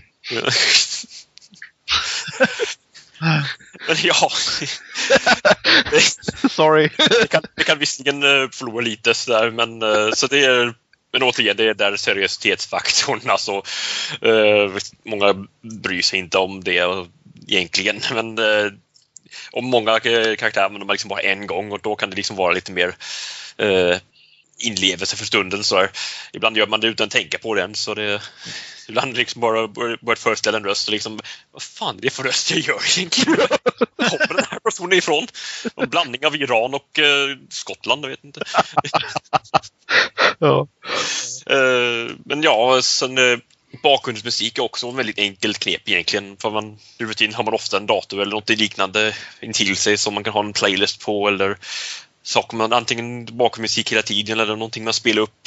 Men ja. Sorry. Det kan visserligen förlora lite sådär, men så det är. Men återigen, det är där seriositetsfaktorn. Alltså, många bryr sig inte om det egentligen. Men om många karaktärer använder man liksom bara en gång, och då kan det liksom vara lite mer inlevelse för stunden. Så ibland gör man det utan att tänka på den. Så ibland liksom bara börjat föreställa en röst och liksom, vad fan är det för röst jag gör egentligen? Kommer den här personen ifrån? En blandning av Iran och Skottland, jag vet inte. Ja. Men ja, sen bakgrundsmusik är också en väldigt enkelt knep egentligen. För i rutin har man ofta en dator eller något liknande intill sig som man kan ha en playlist på, eller saker man antingen bakgrundsmusik hela tiden eller någonting man spelar upp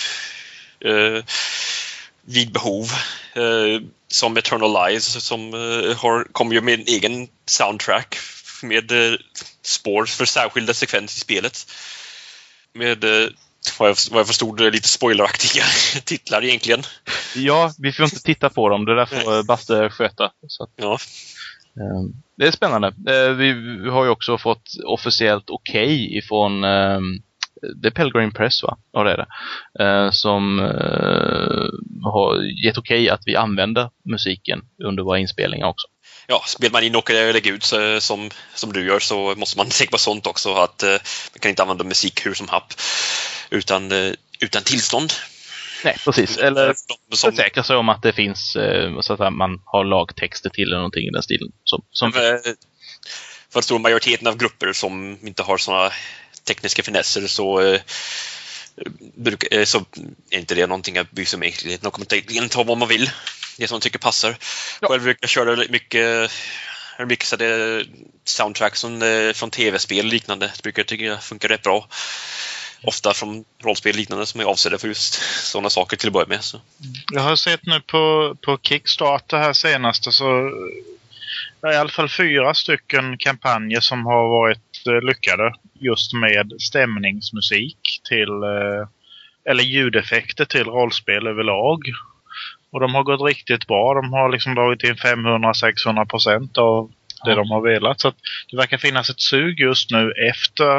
vid behov. Som Eternal Lies som kommer ju med en egen soundtrack med spår för särskilda sekvenser i spelet. Med vad jag förstod lite spoileraktiga titlar egentligen. Ja, vi får inte titta på dem. Det där får Basse sköta. Så att, ja. Det är spännande. Vi har ju också fått officiellt okej ifrån The Pelgrane Press, va? Ja, det är det. Som har gett okej att vi använder musiken under våra inspelningar också. Ja, spelar man in och lägger ut som du gör, så måste man tänka på sånt också, att man kan inte använda musik hur som happ utan tillstånd. Nej, precis. Eller försäkra sig om att det finns så att man har lagtexter till eller någonting i den stilen. För stor majoriteten av grupper som inte har såna tekniska finesser så är inte det någonting att bry sig med. De kommer ta vad man vill. Det som man tycker passar. Ja. Själv brukar jag köra mycket mixade soundtracks från tv-spel och liknande. Det brukar jag tycka funkar rätt bra. Ofta från rollspel liknande som är avsedda för just sådana saker till att börja med. Så. Jag har sett nu på Kickstarter här senaste, så det är i alla fall 4 stycken kampanjer som har varit lyckade just med stämningsmusik till eller ljudeffekter till rollspel överlag. Och de har gått riktigt bra. De har liksom dragit in 500-600% av det de har velat. Så att det verkar finnas ett sug just nu efter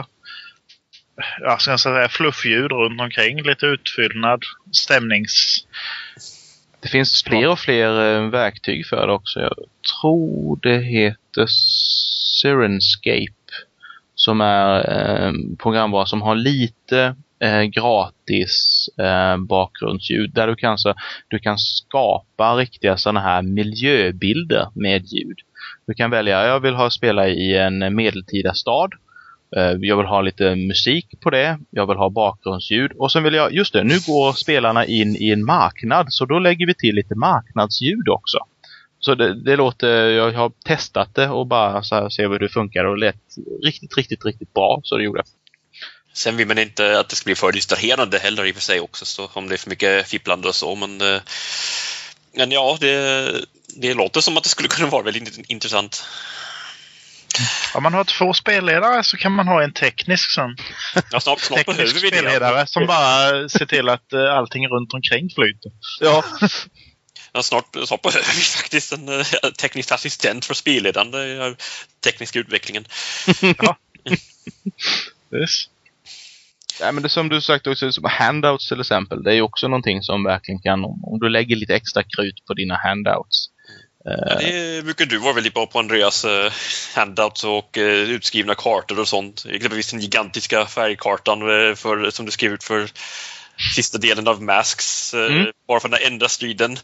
fluffljud runt omkring. Lite utfyllnad, stämnings... Det finns fler och fler verktyg för det också. Jag tror det heter Sirenscape, som är programvara som har lite gratis bakgrundsljud där du kan skapa riktiga sådana här miljöbilder med ljud. Du kan välja, jag vill spela i en medeltida stad. Jag vill ha lite musik på det. Jag vill ha bakgrundsljud. Och sen vill jag, just det, nu går spelarna in i en marknad. Så då lägger vi till lite marknadsljud också. Så det låter, jag har testat det och bara så här, se hur det funkar. Och det lät riktigt bra, så det gjorde jag. Sen vill man inte att det ska bli för distraherande heller i och för sig också. Så om det är för mycket fipplande och så. Men ja, Det låter som att det skulle kunna vara väldigt intressant. Om man har 2 spelledare så kan man ha en teknisk som Snart behöver vi spelledare det. som bara ser till att allting runt omkring flyter. Ja. Snart behöver vi faktiskt en teknisk assistent för spelledande i tekniska utvecklingen. Ja. Yes. Ja, men det som du sagt också, som handouts till exempel, det är ju också någonting som verkligen kan, om du lägger lite extra krut på dina handouts. Ja, det brukar du vara väldigt bra på, Andreas, handouts och utskrivna kartor och sånt. Exempelvis den gigantiska färgkartan som du skrev ut för sista delen av Masks, bara för den enda striden.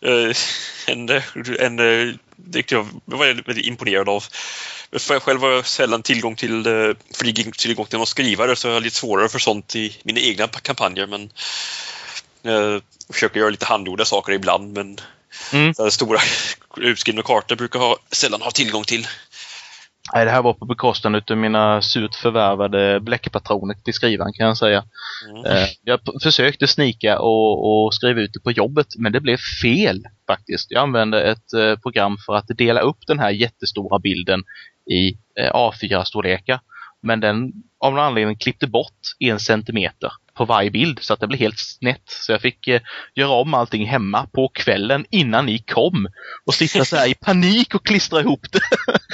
Det var jag väldigt imponerad av. För jag själv har sällan tillgång till att skriva det, så jag har lite svårare för sånt i mina egna kampanjer, men försöker göra lite handgjorda saker ibland, men stora utskrivna kartor brukar jag sällan ha tillgång till. Nej, det här var på bekostnad av mina surt förvärvade bläckpatroner till skrivaren, kan jag säga. Jag försökte snika och skriva ut det på jobbet, men det blev fel faktiskt. Jag använde ett program för att dela upp den här jättestora bilden i A4-storlekar. Men den av någon anledning klippte bort 1 centimeter på varje bild, så att det blev helt snett. Så jag fick göra om allting hemma på kvällen innan ni kom och sitta så här i panik och klistra ihop det.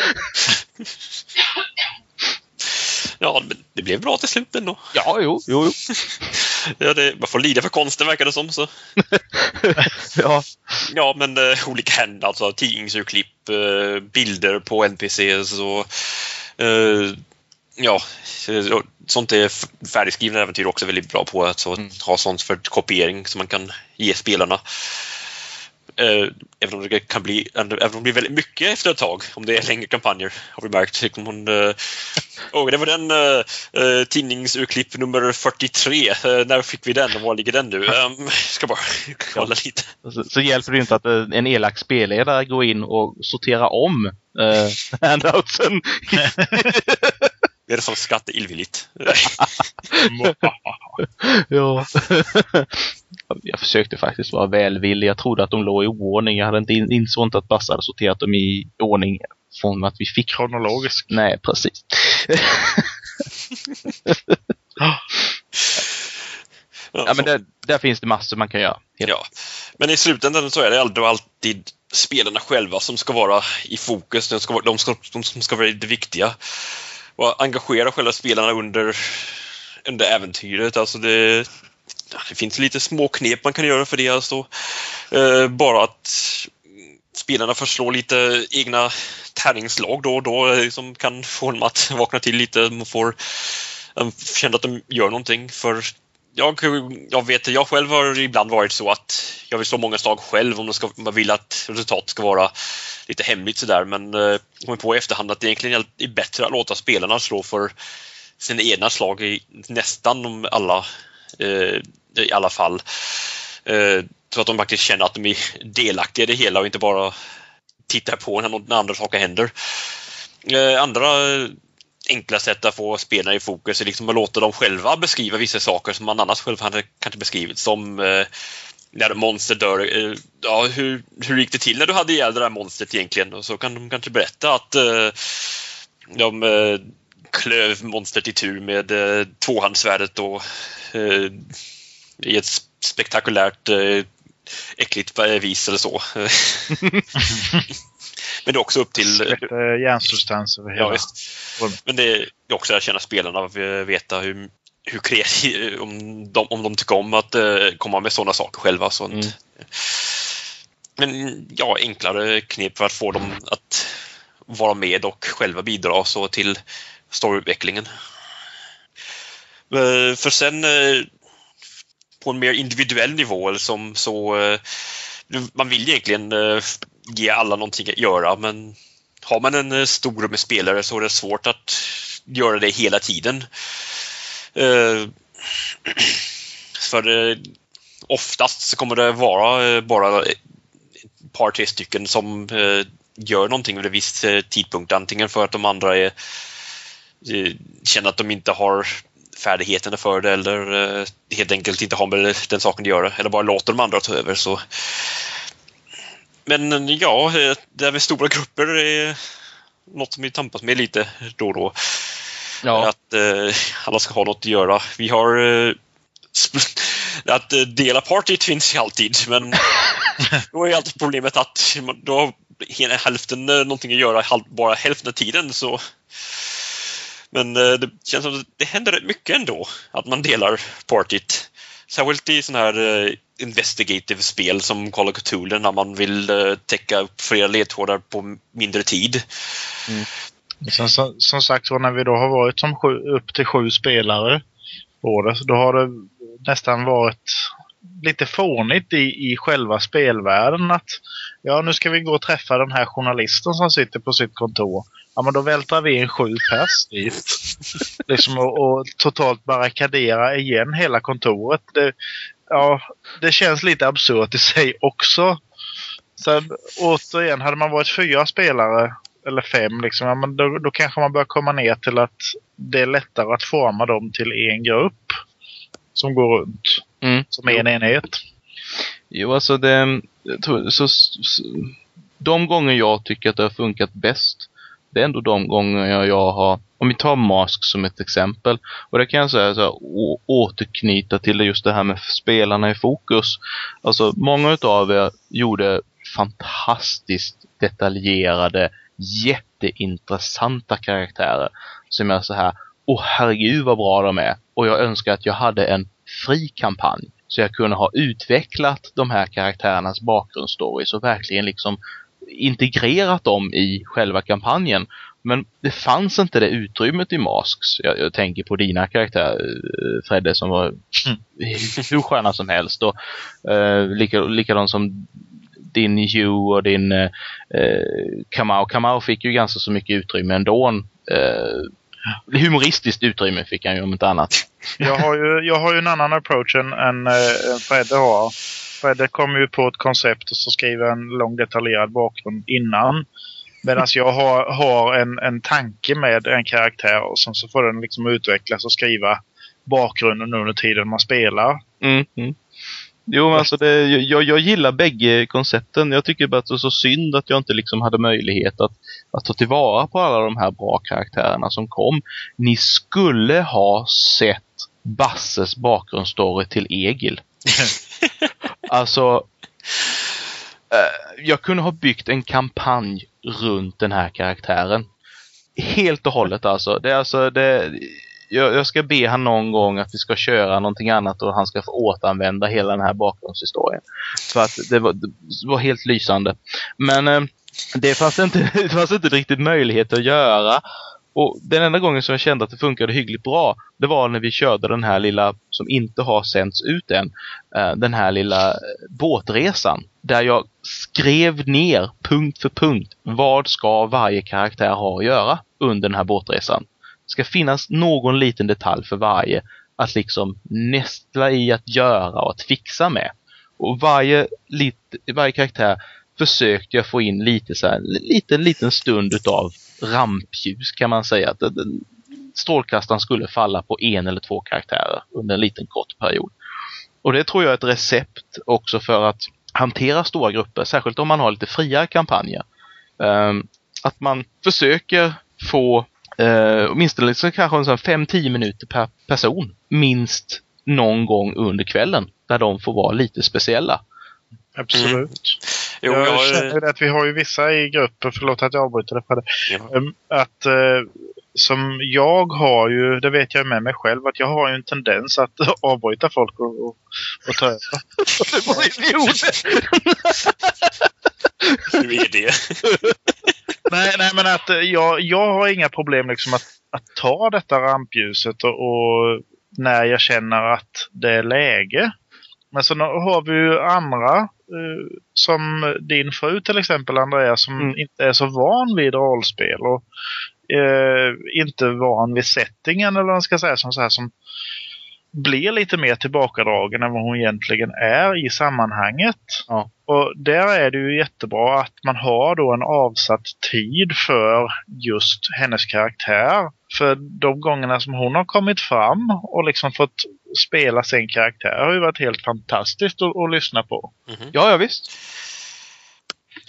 Ja, men det blev bra till slut ändå. Ja, jo. Ja, man får lida för konsten, verkar det som. Så. Ja, men olika händer, alltså tidningsurklipp, bilder på NPCs och sånt är färdigskrivna äventyr också väldigt bra på, att ha sånt för kopiering som man kan ge spelarna. Även om det blir väldigt mycket efter ett tag, om det är längre kampanjer, har vi märkt. Det var den tidningsurklipp nummer 43. När fick vi den och var ligger den nu? Ska bara kolla lite. Så hjälper det inte att en elak spelledare går in och sorterar om handoutsen. Det är det som skrattar illvilligt. Ja. Jag försökte faktiskt vara välvillig. Jag trodde att de låg i oordning. Jag hade inte insåg att Basse hade sorterat dem i ordning från att vi fick. Kronologiskt. Nej, precis. Ja, men där finns det massor man kan göra. Ja. Men i slutändan så är det alltid spelarna själva som ska vara i fokus. De som ska vara det viktiga. Och engagera själva spelarna under äventyret. Alltså det finns lite små knep man kan göra för det. Alltså. Bara att spelarna får slå lite egna tärningslag då och då, som kan få dem att vakna till lite. Man får känna att de gör någonting. För jag själv har ibland varit så att jag vill slå många slag själv om man vill att resultatet ska vara lite hemligt sådär, men kommer på i efterhand att det egentligen är bättre att låta spelarna slå för sina egna slag i nästan i alla fall, så att de faktiskt känner att de är delaktiga i det hela och inte bara tittar på när andra saker händer. Andra enkla sätt att få spelarna i fokus är liksom att låta dem själva beskriva vissa saker som man annars själv hade kanske beskrivit, som när monster dör. Hur gick det till när du hade ihjäl det där monstret egentligen? Och så kan de kanske berätta att de klöv monstret i tur med tvåhandsvärdet och i ett spektakulärt äckligt vis eller så. Men det är också upp till järnsubstans över hela. Ja, visst. Men det är också att känna spelarna att veta hur kreativ, om de tycker om att komma med sådana saker själva. Sånt. Men ja, enklare knep för att få dem att vara med och själva bidra så till storyutvecklingen. För sen på en mer individuell nivå man vill egentligen ge alla någonting att göra, men har man en stor grupp med spelare så är det svårt att göra det hela tiden. För oftast så kommer det vara bara ett par, 3 stycken som gör någonting vid en viss tidpunkt, antingen för att de andra känner att de inte har färdigheterna för det, eller helt enkelt inte har med den saken att göra, eller bara låter de andra ta över. Så Men ja, det här med stora grupper är något som vi tampas med lite då och då. Ja. Att alla ska ha något att göra. Vi har att dela partyt finns ju alltid, men då är alltid problemet att då har hela hälften någonting att göra bara hälften av tiden, så. Men det känns som att det händer rätt mycket ändå att man delar partyt. Särskilt i sådana här investigative spel som Call of Cthulhu, när man vill täcka upp flera ledtrådar på mindre tid. Mm. Som sagt, så när vi då har varit som upp till 7 spelare på det, så då har det nästan varit lite fånigt i själva spelvärlden att ja, nu ska vi gå och träffa den här journalisten som sitter på sitt kontor. Ja, men då vältrar vi in 7 pers dit. Liksom och totalt barrikadera igen hela kontoret. Det känns lite absurt i sig också. Så återigen, hade man varit 4 spelare eller 5 liksom, ja, men då kanske man bör komma ner till att det är lättare att forma dem till en grupp som går runt. Som en enhet. Jo, alltså de gånger jag tycker att det har funkat bäst, det är ändå de gånger jag har, om vi tar Mask som ett exempel, och det kan jag säga så här, återknyta till just det här med spelarna i fokus. Alltså många utav er gjorde fantastiskt detaljerade, jätteintressanta karaktärer som är så här, herregud vad bra de är, och jag önskar att jag hade en fri kampanj så jag kunde ha utvecklat de här karaktärernas bakgrundsstories och verkligen liksom integrerat dem i själva kampanjen. Men det fanns inte det utrymmet i Masks. Jag tänker på dina karaktärer, Fredde, som var hur sköna som helst, och likadant som din Hugh och din Kamau. Kamau fick ju ganska så mycket utrymme ändå. Humoristiskt utrymme fick han ju, om inte annat. Jag har ju en annan approach än Fredde har. Fredde kommer ju på ett koncept och så skriver en lång detaljerad bakgrund innan. Medan jag har en tanke med en karaktär och så får den liksom utvecklas och skriva bakgrunden under tiden man spelar. Jo, alltså jag gillar bägge koncepten. Jag tycker bara att det är så synd att jag inte liksom hade möjlighet att ta tillvara på alla de här bra karaktärerna som kom. Ni skulle ha sett Basses bakgrundsstory till Egil. Alltså, jag kunde ha byggt en kampanj runt den här karaktären. Helt och hållet alltså. Jag ska be han någon gång att vi ska köra någonting annat och han ska få återanvända hela den här bakgrundshistorien. För att det var helt lysande. Men det fanns inte riktigt möjlighet att göra. Och den enda gången som jag kände att det funkade hyggligt bra, det var när vi körde den här lilla, som inte har sänts ut än, den här lilla båtresan. Där jag skrev ner punkt för punkt vad ska varje karaktär ha att göra under den här båtresan. Det ska finnas någon liten detalj för varje att liksom nästla i att göra och att fixa med. Och varje karaktär försökte jag få in lite så här, liten stund utav rampljus, kan man säga, att strålkastaren skulle falla på 1 eller 2 karaktärer under en liten kort period. Och det tror jag är ett recept också för att hantera stora grupper, särskilt om man har lite friare kampanjer. Att man försöker få åtminstone liksom kanske 5-10 minuter per person minst någon gång under kvällen, där de får vara lite speciella. Absolut. Jag känner att vi har ju vissa i gruppen, förlåt att jag avbryter det för det. Att som jag har ju, det vet jag med mig själv, att jag har ju en tendens att avbryta folk och ta över. Det var idiot. Hur är det? Nej, men att jag har inga problem liksom att ta detta rampljuset och när jag känner att det är läge. Men så har vi ju andra som din fru till exempel, Andreas, som inte är så van vid rollspel och inte van vid settingen, eller vad man ska säga, som blir lite mer tillbakadragen än vad hon egentligen är i sammanhanget. Ja. Och där är det ju jättebra att man har då en avsatt tid för just hennes karaktär. För de gångerna som hon har kommit fram och liksom fått spela sin karaktär har ju varit helt fantastiskt att lyssna på. Ja, visst.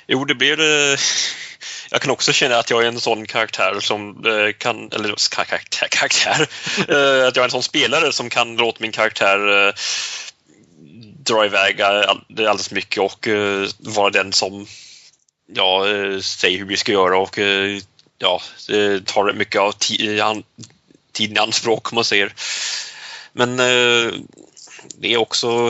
Jo, det blir... Jag kan också känna att jag är en sån karaktär som kan... Eller karaktär. Att jag är en sån spelare som kan låta min karaktär dra iväg alldeles mycket och vara den som säger hur vi ska göra och tar mycket av tiden i anspråk, om man säger. Men det är också...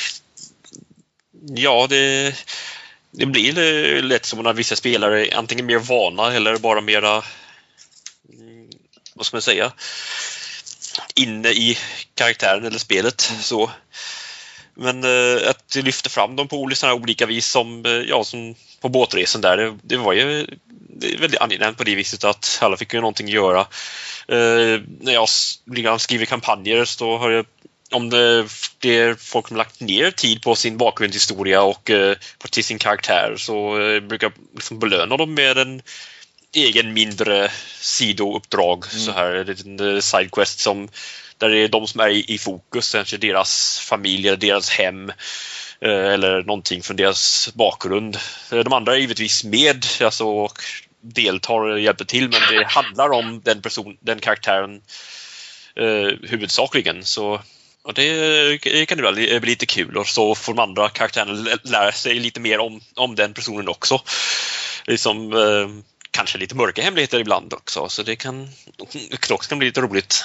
Ja, det blir lätt som när vissa spelare är antingen mer vana eller bara mera, vad ska man säga, inne i karaktären eller spelet. Så. Men att lyfta fram dem på olika vis som på båtresan där, det var ju väldigt angenämt på det viset att alla fick ju någonting att göra. När jag skriver kampanjer så har jag, om det är folk som lagt ner tid på sin bakgrundshistoria och till sin karaktär, så brukar jag liksom belöna dem med en egen mindre sidouppdrag, så här en liten sidequest som där det är de som är i fokus, kanske deras familj eller deras hem eller någonting från deras bakgrund. De andra är givetvis med, alltså, och deltar och hjälper till, men det handlar om den karaktären huvudsakligen. Så och det kan det bli lite kul, och så får de andra karaktärerna lära sig lite mer om den personen också. Liksom, kanske lite mörka hemligheter ibland också, så det kan bli lite roligt.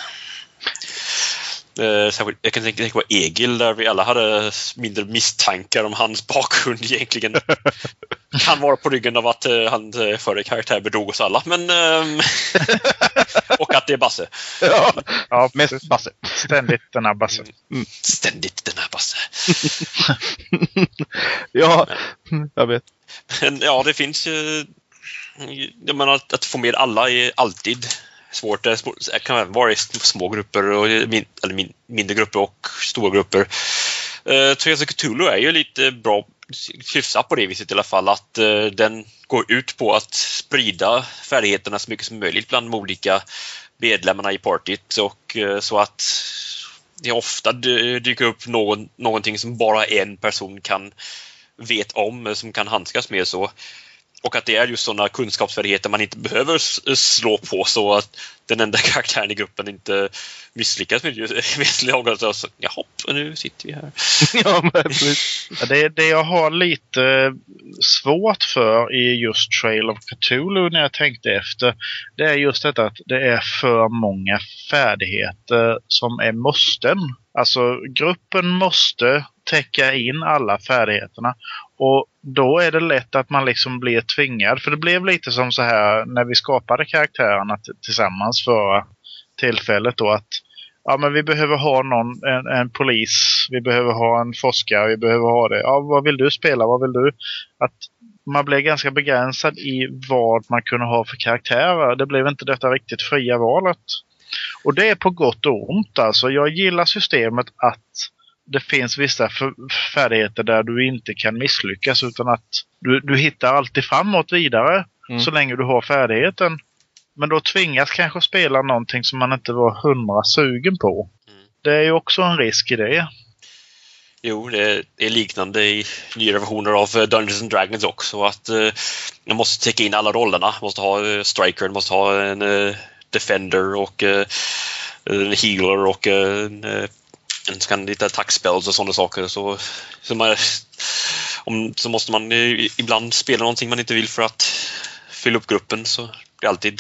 Jag kan tänka på Egil, där vi alla hade mindre misstankar om hans bakgrund egentligen. Kan vara på ryggen av att han före karaktär bedrog oss alla, men och att det är Basse. Ja, mest Basse. Ständigt den här Basse. Ständigt den här Basse. Ja, jag vet. Men ja, det finns ju... Jag menar, att få med alla är alltid svårt. Det kan även vara i små grupper och mindre grupper och stora grupper. Trails of Cthulhu är ju lite bra hyfsat på det viset i alla fall, att den går ut på att sprida färdigheterna så mycket som möjligt bland de olika medlemmarna i partyt, och så att det ofta dyker upp någonting som bara en person kan veta om, som kan handskas med, så. Och att det är just sådana kunskapsfärdigheter man inte behöver slå på, så att den enda karaktären i gruppen inte misslyckas med det. Jaha, nu sitter vi här. Ja, men precis. Det jag har lite svårt för i just Trail of Cthulhu när jag tänkte efter, det är just detta att det är för många färdigheter som är måsten. Alltså gruppen måste täcka in alla färdigheterna, och då är det lätt att man liksom blir tvingad. För det blev lite som så här när vi skapade karaktärerna tillsammans för tillfället då, att ja, men vi behöver ha en polis, vi behöver ha en forskare, vi behöver ha det. Ja, vad vill du spela? Vad vill du? Att man blev ganska begränsad i vad man kunde ha för karaktärer. Det blev inte detta riktigt fria valet. Och det är på gott och ont alltså. Jag gillar systemet att det finns vissa färdigheter där du inte kan misslyckas, utan att du hittar alltid framåt vidare så länge du har färdigheten. Men då tvingas kanske spela någonting som man inte var 100 sugen på. Det är ju också en risk i det. Jo, det är liknande i nya versioner av Dungeons and Dragons också, att man måste täcka in alla rollerna. Man måste ha striker, måste ha en defender och en healer och en kan lite attack spells och sådana saker, så måste man ibland spela någonting man inte vill för att fylla upp gruppen, så det är alltid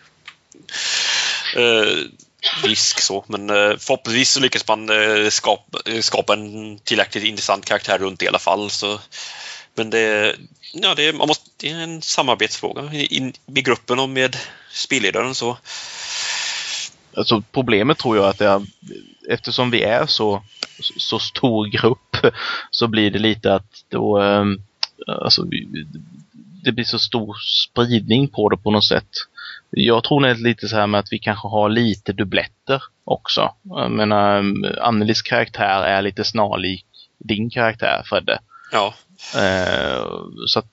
risk så, men förhoppningsvis så lyckas man skapa en tillräckligt intressant karaktär runt i alla fall, så. Men det är en samarbetsfråga med gruppen och med spelledaren, så. Alltså problemet tror jag att det är, eftersom vi är så stor grupp, så blir det lite att då alltså, det blir så stor spridning på det på något sätt. Jag tror det är lite så här med att vi kanske har lite dubbletter också. Jag menar, Annelies karaktär är lite snarlik din karaktär, Fredde. Ja. Så att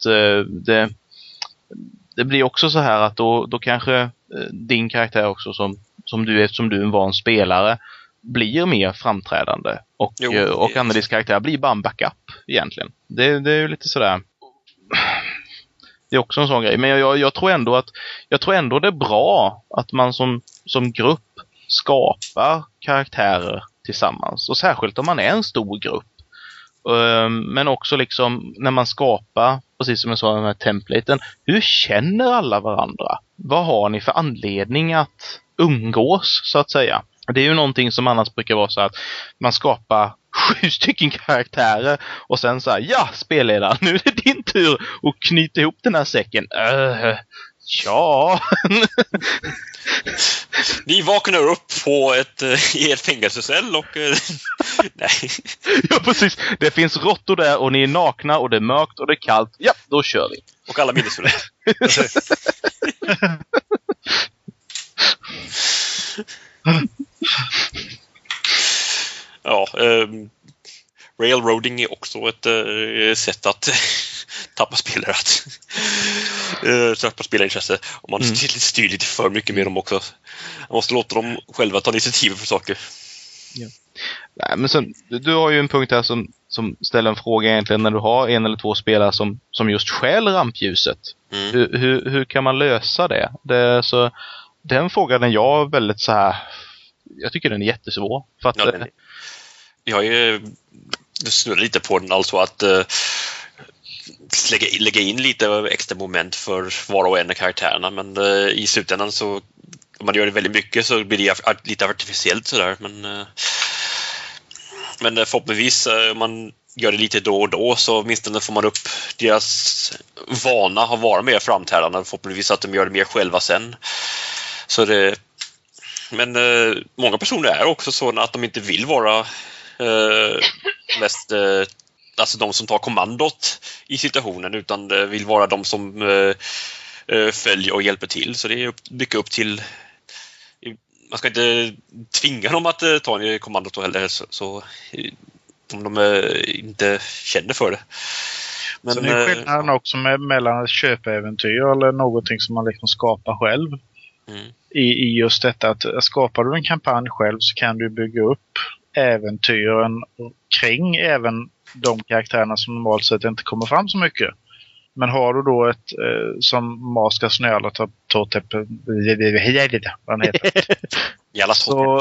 det blir också så här att då kanske din karaktär också som du, eftersom du är en van spelare, blir mer framträdande. Och Annelies karaktär blir bara en backup egentligen. Det är ju lite sådär. Det är också en sån grej. Men jag tror ändå det är bra att man som grupp skapar karaktärer tillsammans. Och särskilt om man är en stor grupp. Men också liksom när man skapar, precis som jag sa, den här templaten. Hur känner alla varandra? Vad har ni för anledning att umgås, så att säga? Det är ju någonting som annars brukar vara så att man skapar 7 stycken karaktärer och sen så här, ja, spelledare, nu är det din tur att knyta ihop den här säcken. Ja. Ni vaknar upp på i ett fängelsecell och nej. Ja, precis. Det finns råttor där och ni är nakna och det är mörkt och det är kallt. Ja, då kör vi. Och alla minnesfulla. Ja, railroading är också ett sätt att tappa spelare, tappa spelarintresse om man styr lite för mycket med dem också. Man måste låta dem själva ta initiativ för saker. Ja. Nej, men sen, du har ju en punkt här som ställer en fråga egentligen när du har 1 eller 2 spelare som just stjäl rampljuset. Hur kan man lösa det? Den frågan är jag väldigt så här. Jag tycker den är jättesvår. För att, jag har ju snurrat lite på den, alltså att lägga in lite extra moment för var och en av karaktärerna, men i slutändan så om man gör det väldigt mycket så blir det lite artificiellt sådär, men förhoppningsvis om man gör det lite då och då så åtminstone får man upp deras vana att vara mer framträdande, förhoppningsvis att de gör det mer själva sen. Så det, men många personer är också sådana att de inte vill vara mest alltså de som tar kommandot i situationen, utan vill vara de som följer och hjälper till. Så det är mycket upp till, man ska inte tvinga dem att ta en kommandot heller, så om de inte känner för det. Men, så det är skillnaden också mellan ett köpäventyr eller någonting som man liksom skapar själv. I just detta att skapar du en kampanj själv så kan du bygga upp äventyren kring även de karaktärerna som normalt sett inte kommer fram så mycket. Men har du då ett som Maska Snöla Totep vad han heter. Jävla så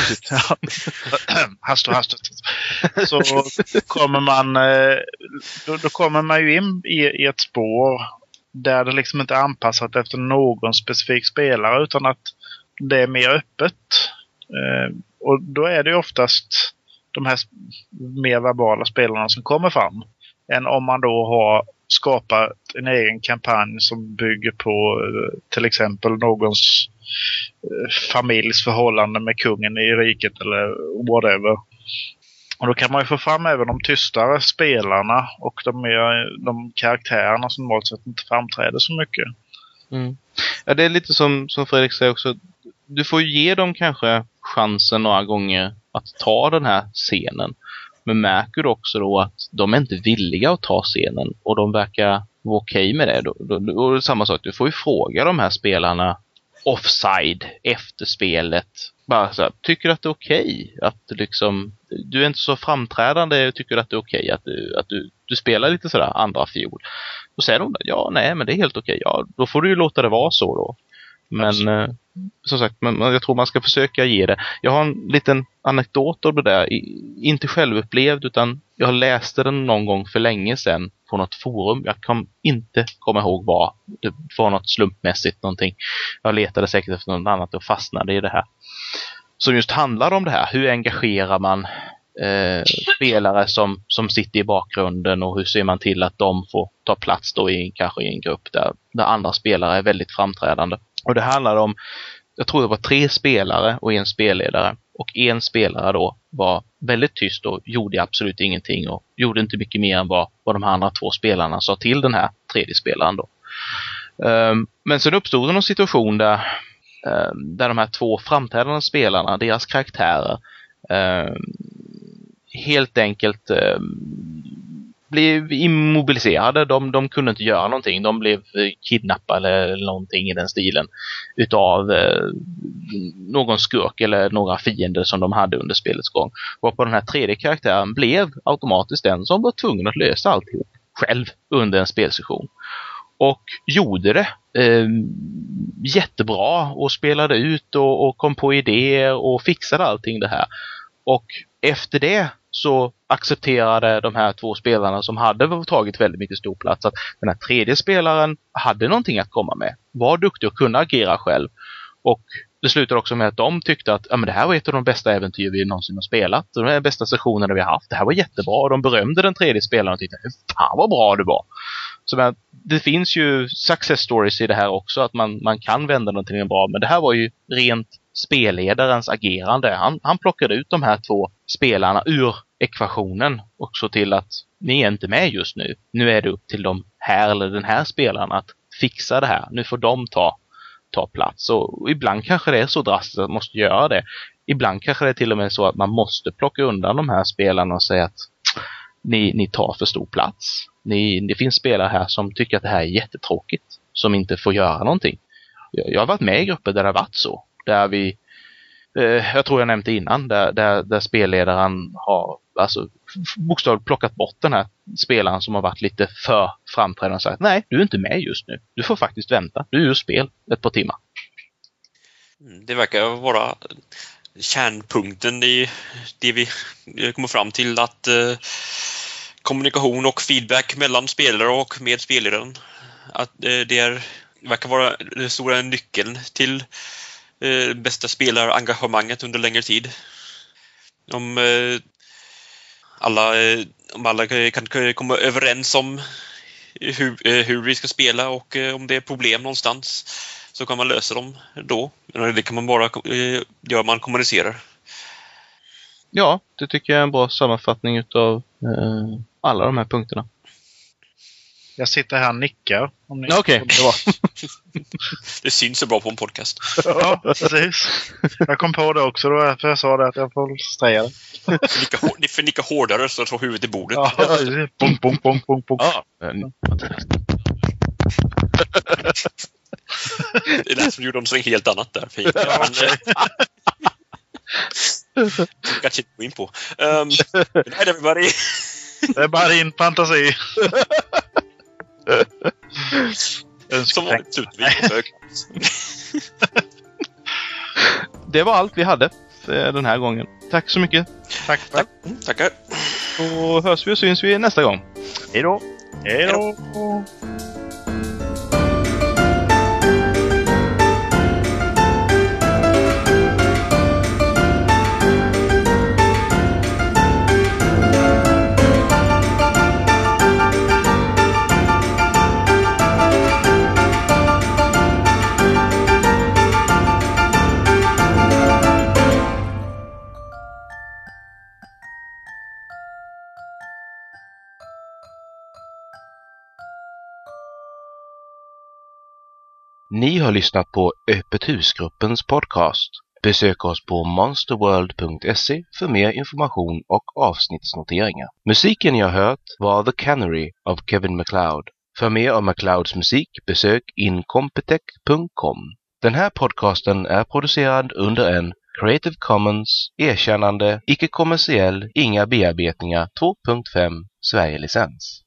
hastigt. Så kommer man då kommer man ju in i ett spår där det liksom inte är anpassat efter någon specifik spelare utan att det är mer öppet. Och då är det ju oftast de här mer verbala spelarna som kommer fram. Än om man då har skapat en egen kampanj som bygger på till exempel någons familjs förhållande med kungen i riket eller whatever. Och då kan man ju få fram även de tystare spelarna och de karaktärerna som normalt sett inte framträder så mycket. Ja, det är lite som Fredrik säger också. Du får ju ge dem kanske chansen några gånger att ta den här scenen. Men märker du också då att de är inte villiga att ta scenen och de verkar vara okej med det. Då samma sak, du får ju fråga de här spelarna offside efter spelet. Bara så här, tycker du att det är okej? Att liksom, du är inte så framträdande, tycker du att det är okej att du spelar lite sådär andra fiol? Då säger de, ja, nej, men det är helt okej. Ja, då får du ju låta det vara så då. Men som sagt, jag tror man ska försöka ge det. Jag har en liten anekdot om det där. Inte självupplevd, utan jag läste den någon gång för länge sedan på något forum. Jag kan inte komma ihåg vad. Det var något slumpmässigt någonting. Jag letade säkert efter något annat och fastnade i det här. Som just handlar om det här. Hur engagerar man spelare som sitter i bakgrunden och hur ser man till att de får ta plats då kanske i en grupp där andra spelare är väldigt framträdande. Och det handlar om, jag tror det var 3 spelare och en spelledare. Och en spelare då var väldigt tyst och gjorde absolut ingenting och gjorde inte mycket mer än vad de andra 2 spelarna sa till den här 3:e spelaren då. Men sen uppstod det någon situation där de här 2 framträdande spelarna, deras karaktärer helt enkelt blev immobiliserade. De kunde inte göra någonting. De blev kidnappade eller någonting i den stilen utav någon skurk eller några fiender som de hade under spelets gång. Och på den här 3:e karaktären blev automatiskt den som var tvungen att lösa alltihop själv under en spelsession. och gjorde det jättebra och spelade ut och kom på idéer och fixade allting det här. Och efter det så accepterade de här två spelarna som hade tagit väldigt mycket stor plats att den här tredje spelaren hade någonting att komma med. Var duktig och kunna agera själv. Och det slutade också med att de tyckte att men det här var ett av de bästa äventyr vi någonsin har spelat. De här bästa sessionerna vi har haft. Det här var jättebra. Och de berömde den tredje spelaren och tyckte fan vad bra det var. Så det finns ju success stories i det här också. Att man kan vända någonting bra. Men det här var ju rent spelledarens agerande. Han plockade ut de här två spelarna ur ekvationen och så till att ni är inte med just nu. Nu är det upp till de här eller den här spelaren att fixa det här. Nu får de ta plats. Och ibland kanske det är så drastiskt att man måste göra det. Ibland kanske det är till och med så att man måste plocka undan de här spelarna och säga att ni tar för stor plats. Det finns spelare här som tycker att det här är jättetråkigt. Som inte får göra någonting. Jag har varit med i grupper där det har varit så. Där vi, jag tror jag nämnde innan, där spelledaren har alltså bokstavligt plockat bort den här spelaren som har varit lite för framträdande och sagt nej, du är inte med just nu. Du får faktiskt vänta. Du är ur spel ett par timmar. Det verkar vara kärnpunkten i det vi kommer fram till att kommunikation och feedback mellan spelare och med spelaren att det verkar vara den stora nyckeln till bästa spelarengagemanget under längre tid. Om alla kan komma överens om hur vi ska spela och om det är problem någonstans så kan man lösa dem då. Det kan man bara göra man kommunicerar. Ja, det tycker jag är en bra sammanfattning utav alla de här punkterna. Jag sitter här och nickar. Okej, det var. Det syns så bra på en podcast. Ja, precis. Jag kom på det också då, för jag sa det att jag får säga det. Ni får nicka hårdare så slår huvudet i bordet. Ja, bong, bong, bong, bong, bong. Ja. Det lät som gjorde de så helt annat där. Kanske inte gå in på. Good night everybody. Det är bara din fantasi. Som vanligt slutar vi. Det var allt vi hade för den här gången. Tack så mycket. Tackar. Och hörs vi och syns vi nästa gång. Hej då. Hej då. Ni har lyssnat på Öppet husgruppens podcast. Besök oss på monsterworld.se för mer information och avsnittsnoteringar. Musiken jag hört var The Canary av Kevin MacLeod. För mer av MacLeods musik besök incompetech.com. Den här podcasten är producerad under en Creative Commons, erkännande, icke-kommersiell, inga bearbetningar 2.5 Sverige-licens.